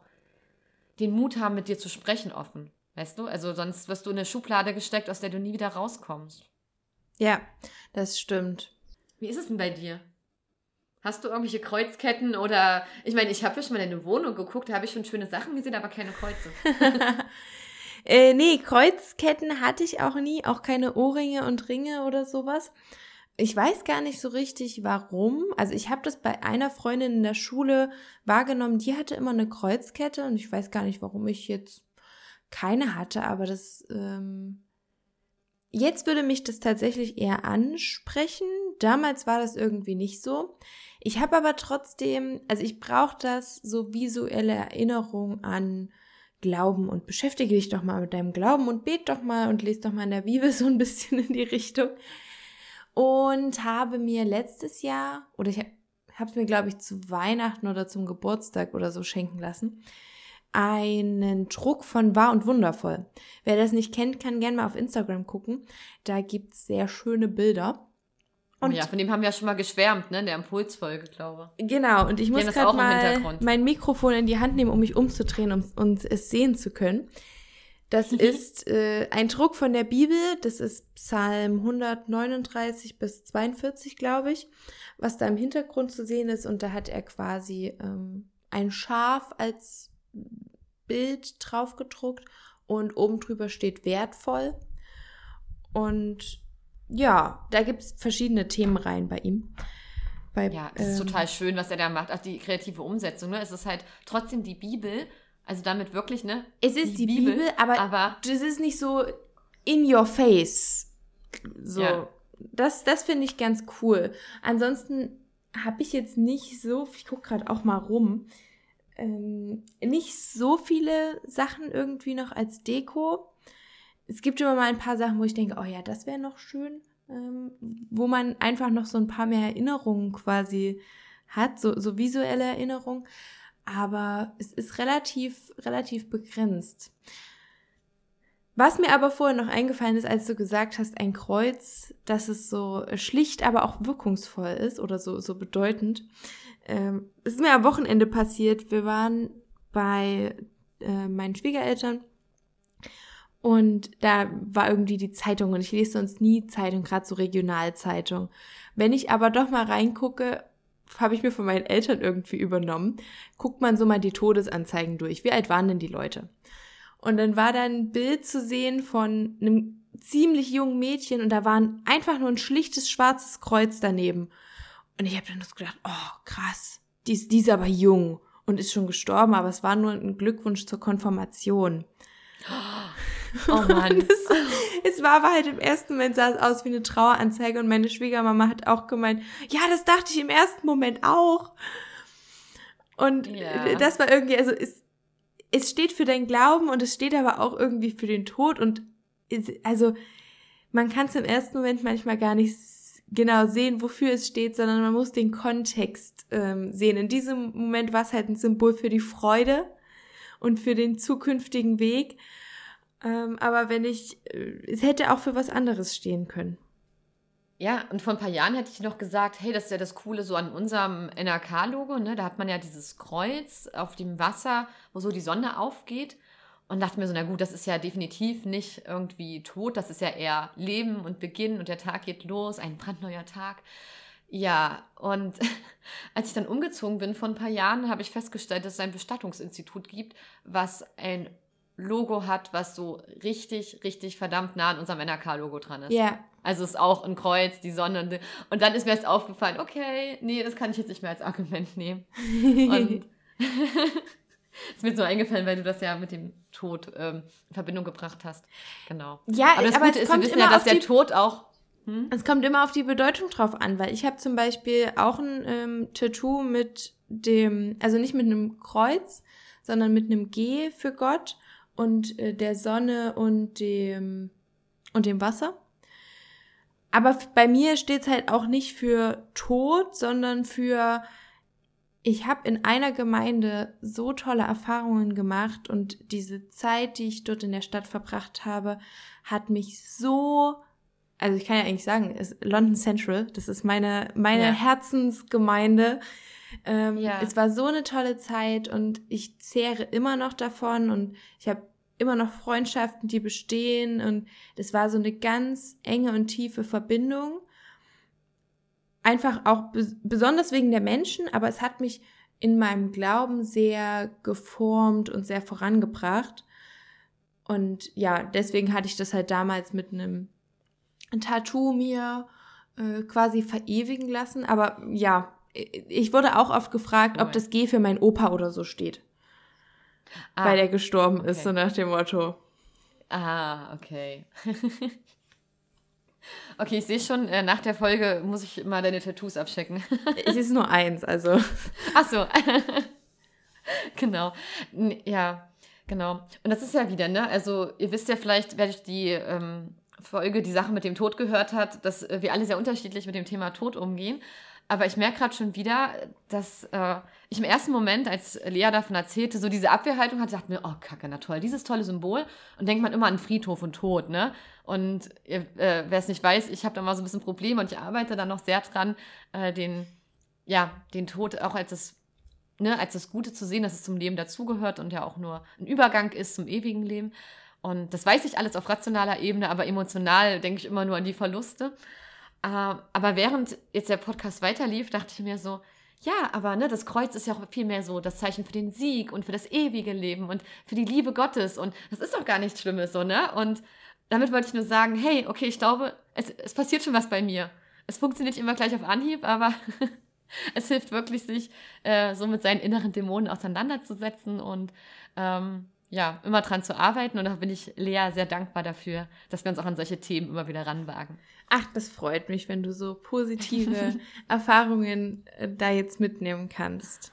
B: den Mut haben, mit dir zu sprechen offen. Weißt du? Also sonst wirst du in eine Schublade gesteckt, aus der du nie wieder rauskommst.
A: Ja, das stimmt.
B: Wie ist es denn bei dir? Hast du irgendwelche Kreuzketten oder, ich meine, ich habe ja schon mal in deine Wohnung geguckt, da habe ich schon schöne Sachen gesehen, aber keine Kreuze.
A: Äh, nee, Kreuzketten hatte ich auch nie, auch keine Ohrringe und Ringe oder sowas. ich weiß gar nicht so richtig, warum. Also ich habe das bei einer Freundin in der Schule wahrgenommen, die hatte immer eine Kreuzkette und ich weiß gar nicht, warum ich jetzt keine hatte, aber das, ähm, jetzt würde mich das tatsächlich eher ansprechen. Damals war das irgendwie nicht so. Ich habe aber trotzdem, also ich brauche das so visuelle Erinnerung an Glauben und beschäftige dich doch mal mit deinem Glauben und bet doch mal und lese doch mal in der Bibel so ein bisschen in die Richtung. Und habe mir letztes Jahr, oder ich habe es mir, glaube ich, zu Weihnachten oder zum Geburtstag oder so schenken lassen, einen Druck von Wahr und Wundervoll. Wer das nicht kennt, kann gerne mal auf Instagram gucken. Da gibt es sehr schöne Bilder.
B: Und ja, von dem haben wir ja schon mal geschwärmt, ne, in der Impulsfolge, glaube ich.
A: Genau, und ich muss gerade mal mein Mikrofon in die Hand nehmen, um mich umzudrehen um, und es sehen zu können. Das ist äh, ein Druck von der Bibel, das ist Psalm hundertneununddreißig bis zweiundvierzig, glaube ich, was da im Hintergrund zu sehen ist. Und da hat er quasi ähm, ein Schaf als Bild drauf gedruckt und oben drüber steht wertvoll. Und ja, da gibt es verschiedene Themenreihen bei ihm. Bei,
B: ja, es ist
A: ähm,
B: total schön, was er da macht. Also die kreative Umsetzung, ne? Es ist halt trotzdem die Bibel. Also damit wirklich, ne?
A: Es ist die, die Bibel, Bibel aber, aber das ist nicht so in your face. So, ja. Das, das finde ich ganz cool. Ansonsten habe ich jetzt nicht so, ich gucke gerade auch mal rum, ähm, nicht so viele Sachen irgendwie noch als Deko. Es gibt immer mal ein paar Sachen, wo ich denke, oh ja, das wäre noch schön, ähm, wo man einfach noch so ein paar mehr Erinnerungen quasi hat, so, so visuelle Erinnerungen. Aber es ist relativ, relativ begrenzt. Was mir aber vorher noch eingefallen ist, als du gesagt hast, ein Kreuz, dass es so schlicht, aber auch wirkungsvoll ist oder so, so bedeutend. Ähm, es ist mir am Wochenende passiert. Wir waren bei äh, meinen Schwiegereltern und da war irgendwie die Zeitung und ich lese sonst nie Zeitung, gerade so Regionalzeitung. Wenn ich aber doch mal reingucke, habe ich mir von meinen Eltern irgendwie übernommen, guckt man so mal die Todesanzeigen durch. Wie alt waren denn die Leute? Und dann war da ein Bild zu sehen von einem ziemlich jungen Mädchen und da war einfach nur ein schlichtes schwarzes Kreuz daneben. Und ich habe dann so gedacht, oh krass, die ist, die ist aber jung und ist schon gestorben, aber es war nur ein Glückwunsch zur Konfirmation.
B: Oh Mann.
A: Das, es war aber halt im ersten Moment, sah es aus wie eine Traueranzeige und meine Schwiegermama hat auch gemeint, ja, das dachte ich im ersten Moment auch. Und yeah. das war irgendwie, also es, es steht für deinen Glauben und es steht aber auch irgendwie für den Tod und es, also man kann es im ersten Moment manchmal gar nicht genau sehen, wofür es steht, sondern man muss den Kontext ähm, sehen. In diesem Moment war es halt ein Symbol für die Freude und für den zukünftigen Weg. Ähm, aber wenn ich, äh, es hätte auch für was anderes stehen können.
B: Ja, und vor ein paar Jahren hätte ich noch gesagt, hey, das ist ja das Coole so an unserem N R K-Logo, ne? Da hat man ja dieses Kreuz auf dem Wasser, wo so die Sonne aufgeht. Und dachte mir so, na gut, das ist ja definitiv nicht irgendwie tot, das ist ja eher Leben und Beginn und der Tag geht los, ein brandneuer Tag. Ja, und als ich dann umgezogen bin vor ein paar Jahren, habe ich festgestellt, dass es ein Bestattungsinstitut gibt, was ein Logo hat, was so richtig, richtig verdammt nah an unserem N R K-Logo dran ist.
A: Ja. Yeah.
B: Also ist auch ein Kreuz, die Sonne. Und dann ist mir jetzt aufgefallen, okay, nee, das kann ich jetzt nicht mehr als Argument nehmen. Und ist mir so eingefallen, weil du das ja mit dem Tod ähm, in Verbindung gebracht hast. Genau.
A: Ja,
B: aber das
A: aber
B: Gute ist, wir wissen ja, dass der Tod auch... Hm?
A: Es kommt immer auf die Bedeutung drauf an, weil ich habe zum Beispiel auch ein ähm, Tattoo mit dem, also nicht mit einem Kreuz, sondern mit einem G für Gott und äh, der Sonne und dem und dem Wasser. Aber bei mir steht es halt auch nicht für Tod, sondern für, ich habe in einer Gemeinde so tolle Erfahrungen gemacht und diese Zeit, die ich dort in der Stadt verbracht habe, hat mich so, also ich kann ja eigentlich sagen, ist London Central, das ist meine, meine ja. Herzensgemeinde. Ähm, ja. Es war so eine tolle Zeit und ich zehre immer noch davon und ich habe immer noch Freundschaften, die bestehen und das war so eine ganz enge und tiefe Verbindung. Einfach auch bes- besonders wegen der Menschen, aber es hat mich in meinem Glauben sehr geformt und sehr vorangebracht. Und ja, deswegen hatte ich das halt damals mit einem Tattoo mir äh, quasi verewigen lassen. Aber ja, ich wurde auch oft gefragt, ob das G für meinen Opa oder so steht. Ah, weil der gestorben okay. ist, so nach dem Motto.
B: Ah, okay. Okay, ich sehe schon, äh, nach der Folge muss ich mal deine Tattoos abchecken.
A: Es ist nur eins, also.
B: Ach so. Genau. Ja, genau. Und das ist ja wieder, ne? Also, ihr wisst ja vielleicht, wer durch die ähm, Folge die Sache mit dem Tod gehört hat, dass äh, wir alle sehr unterschiedlich mit dem Thema Tod umgehen. Aber ich merke gerade schon wieder, dass äh, ich im ersten Moment, als Lea davon erzählte, so diese Abwehrhaltung hatte, dachte mir, oh Kacke, na toll, dieses tolle Symbol. Und denkt man immer an Friedhof und Tod, ne? Und äh, wer es nicht weiß, ich habe da mal so ein bisschen Probleme und ich arbeite da noch sehr dran, äh, den, ja, den Tod auch als das, ne, als das Gute zu sehen, dass es zum Leben dazugehört und ja auch nur ein Übergang ist zum ewigen Leben. Und das weiß ich alles auf rationaler Ebene, aber emotional denke ich immer nur an die Verluste. Uh, aber während jetzt der Podcast weiterlief, dachte ich mir so, ja, aber ne, das Kreuz ist ja auch viel mehr so das Zeichen für den Sieg und für das ewige Leben und für die Liebe Gottes und das ist doch gar nichts Schlimmes, so, ne? Und damit wollte ich nur sagen, hey, okay, ich glaube, es, es passiert schon was bei mir. Es funktioniert nicht immer gleich auf Anhieb, aber es hilft wirklich, sich äh, so mit seinen inneren Dämonen auseinanderzusetzen und ähm, ja, immer dran zu arbeiten. Und da bin ich Lea sehr dankbar dafür, dass wir uns auch an solche Themen immer wieder ranwagen.
A: Ach, das freut mich, wenn du so positive Erfahrungen äh, da jetzt mitnehmen kannst.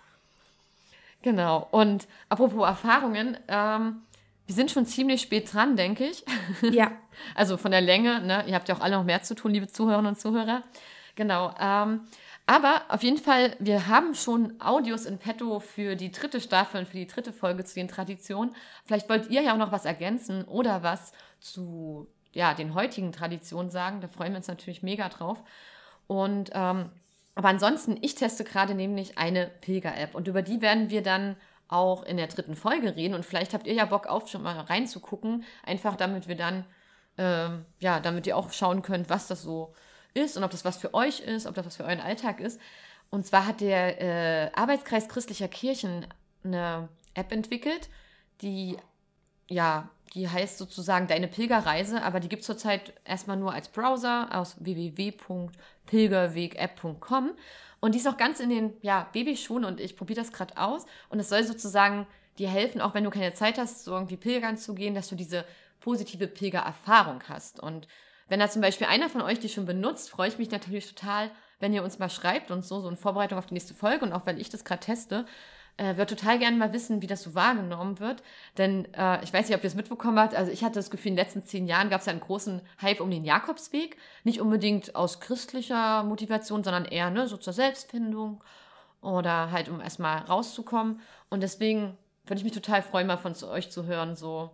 B: Genau. Und apropos Erfahrungen, ähm, wir sind schon ziemlich spät dran, denke ich.
A: Ja.
B: Also von der Länge, ne? Ihr habt ja auch alle noch mehr zu tun, liebe Zuhörerinnen und Zuhörer. Genau. Ähm, aber auf jeden Fall, wir haben schon Audios in petto für die dritte Staffel und für die dritte Folge zu den Traditionen. Vielleicht wollt ihr ja auch noch was ergänzen oder was zu ja, den heutigen Traditionen sagen. Da freuen wir uns natürlich mega drauf. Und ähm, aber ansonsten, ich teste gerade nämlich eine Pilger-App und über die werden wir dann auch in der dritten Folge reden und vielleicht habt ihr ja Bock auf, schon mal reinzugucken, einfach damit wir dann, ähm, ja, damit ihr auch schauen könnt, was das so ist und ob das was für euch ist, ob das was für euren Alltag ist. Und zwar hat der äh, Arbeitskreis christlicher Kirchen eine App entwickelt, die, ja, die heißt sozusagen Deine Pilgerreise, aber die gibt es zurzeit erstmal nur als Browser aus w w w punkt pilgerweg app punkt com und die ist auch ganz in den ja, Babyschuhen und ich probiere das gerade aus und es soll sozusagen dir helfen, auch wenn du keine Zeit hast, so irgendwie pilgern zu gehen, dass du diese positive Pilgererfahrung hast. Und wenn da zum Beispiel einer von euch die schon benutzt, freue ich mich natürlich total, wenn ihr uns mal schreibt und so, so in Vorbereitung auf die nächste Folge und auch weil ich das gerade teste, äh, würde total gerne mal wissen, wie das so wahrgenommen wird. Denn äh, ich weiß nicht, ob ihr es mitbekommen habt, also ich hatte das Gefühl, in den letzten zehn Jahren gab es ja einen großen Hype um den Jakobsweg. Nicht unbedingt aus christlicher Motivation, sondern eher ne, so zur Selbstfindung oder halt, um erstmal rauszukommen. Und deswegen würde ich mich total freuen, mal von euch zu hören, so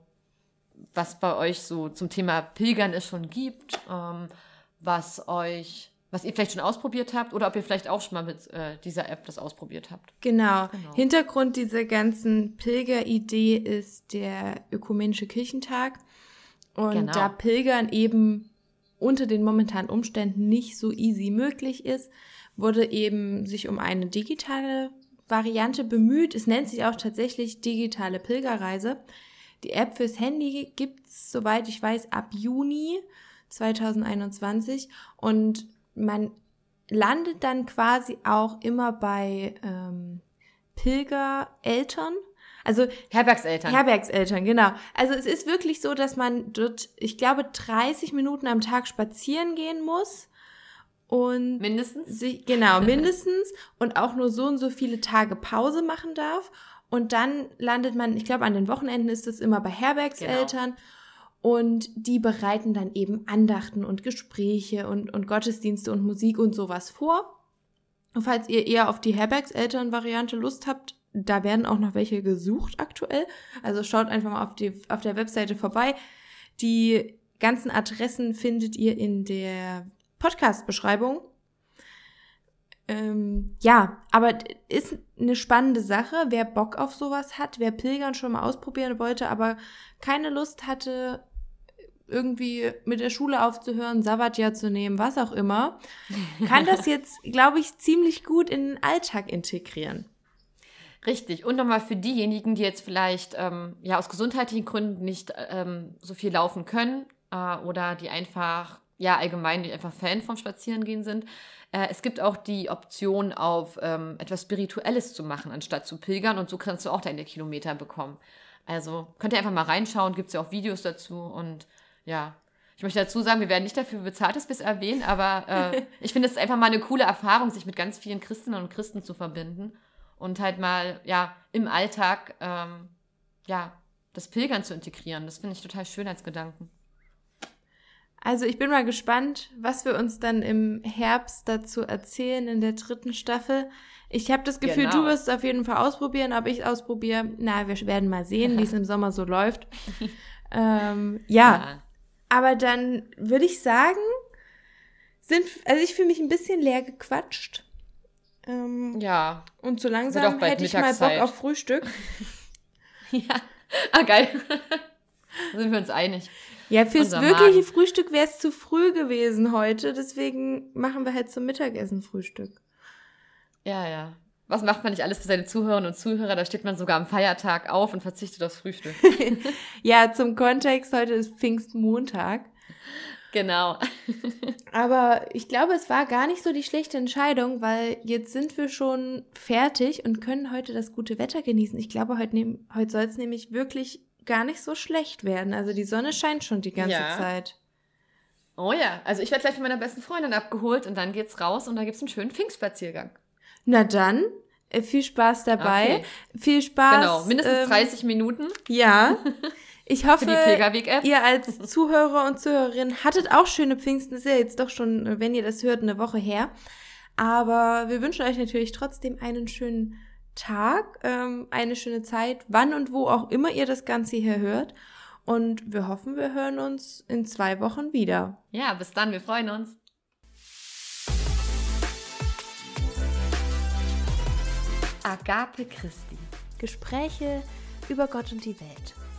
B: was bei euch so zum Thema Pilgern es schon gibt, ähm, was euch, was ihr vielleicht schon ausprobiert habt oder ob ihr vielleicht auch schon mal mit äh, dieser App das ausprobiert habt.
A: Genau. genau. Hintergrund dieser ganzen Pilgeridee ist der Ökumenische Kirchentag. Und genau. Da Pilgern eben unter den momentanen Umständen nicht so easy möglich ist, wurde eben sich um eine digitale Variante bemüht. Es nennt sich auch tatsächlich digitale Pilgerreise. Die App fürs Handy gibt's, soweit ich weiß, ab Juni zwanzig einundzwanzig und man landet dann quasi auch immer bei ähm, Pilgereltern, also
B: Herbergseltern.
A: Herbergseltern, genau. Also es ist wirklich so, dass man dort, ich glaube, dreißig Minuten am Tag spazieren gehen muss und
B: mindestens
A: sich, genau, mindestens und auch nur so und so viele Tage Pause machen darf. Und dann landet man, ich glaube, an den Wochenenden ist es immer bei Herbergseltern. Genau. Und die bereiten dann eben Andachten und Gespräche und, und Gottesdienste und Musik und sowas vor. Und falls ihr eher auf die Herbergseltern-Variante Lust habt, da werden auch noch welche gesucht aktuell. Also schaut einfach mal auf, die, auf der Webseite vorbei. Die ganzen Adressen findet ihr in der Podcast-Beschreibung. Ähm, ja, aber ist eine spannende Sache, wer Bock auf sowas hat, wer Pilgern schon mal ausprobieren wollte, aber keine Lust hatte, irgendwie mit der Schule aufzuhören, Sabbatjahr zu nehmen, was auch immer, kann das jetzt, glaube ich, ziemlich gut in den Alltag integrieren.
B: Richtig. Und nochmal für diejenigen, die jetzt vielleicht ähm, ja aus gesundheitlichen Gründen nicht ähm, so viel laufen können äh, oder die einfach ja allgemein die einfach Fan vom Spazierengehen sind. Äh, es gibt auch die Option, auf ähm, etwas Spirituelles zu machen, anstatt zu pilgern. Und so kannst du auch deine Kilometer bekommen. Also könnt ihr einfach mal reinschauen, gibt es ja auch Videos dazu. Und ja, ich möchte dazu sagen, wir werden nicht dafür bezahlt, dass wir es erwähnen, aber äh, ich finde es einfach mal eine coole Erfahrung, sich mit ganz vielen Christinnen und Christen zu verbinden und halt mal ja im Alltag ähm, ja das Pilgern zu integrieren. Das finde ich total schön als Gedanken.
A: Also ich bin mal gespannt, was wir uns dann im Herbst dazu erzählen in der dritten Staffel. Ich habe das Gefühl,
B: Genau.
A: du wirst es auf jeden Fall ausprobieren, ob ich es ausprobiere. Na, wir werden mal sehen, wie es im Sommer so läuft. ähm, ja.
B: Ja.
A: Aber dann würde ich sagen, sind, also ich fühle mich ein bisschen leer gequatscht. Ähm,
B: Ja.
A: Und so
B: Wird auch
A: langsam
B: bald
A: hätte ich mal Bock
B: Mittagszeit.
A: auf Frühstück.
B: Ja. Ah, geil. Da sind wir uns einig.
A: Ja, fürs
B: Unser
A: wirkliche
B: Magen.
A: Frühstück wäre es zu früh gewesen heute. Deswegen machen wir halt zum Mittagessen Frühstück.
B: Ja, ja. Was macht man nicht alles für seine Zuhörerinnen und Zuhörer? Da steht man sogar am Feiertag auf und verzichtet aufs Frühstück.
A: Ja, zum Kontext, heute ist Pfingstmontag.
B: Genau.
A: Aber ich glaube, es war gar nicht so die schlechte Entscheidung, weil jetzt sind wir schon fertig und können heute das gute Wetter genießen. Ich glaube, heute, nehm, heute soll es nämlich wirklich gar nicht so schlecht werden. Also die Sonne scheint schon die ganze
B: Ja.
A: Zeit.
B: Oh ja, also ich werde gleich von meiner besten Freundin abgeholt und dann geht's raus und da gibt's einen schönen Pfingstspaziergang.
A: Na dann, äh, viel Spaß dabei.
B: Okay.
A: Viel Spaß.
B: Genau, mindestens
A: ähm,
B: dreißig Minuten
A: Ja. Ich hoffe,
B: für die Pilgerweg-App.
A: ihr als Zuhörer und Zuhörerin hattet auch schöne Pfingsten. Ist ja jetzt doch schon, wenn ihr das hört, eine Woche her. Aber wir wünschen euch natürlich trotzdem einen schönen Tag, ähm, eine schöne Zeit, wann und wo auch immer ihr das Ganze hier hört. Und wir hoffen, wir hören uns in zwei Wochen wieder.
B: Ja, bis dann, wir freuen uns. Agape Christi.
A: Gespräche über Gott und die Welt.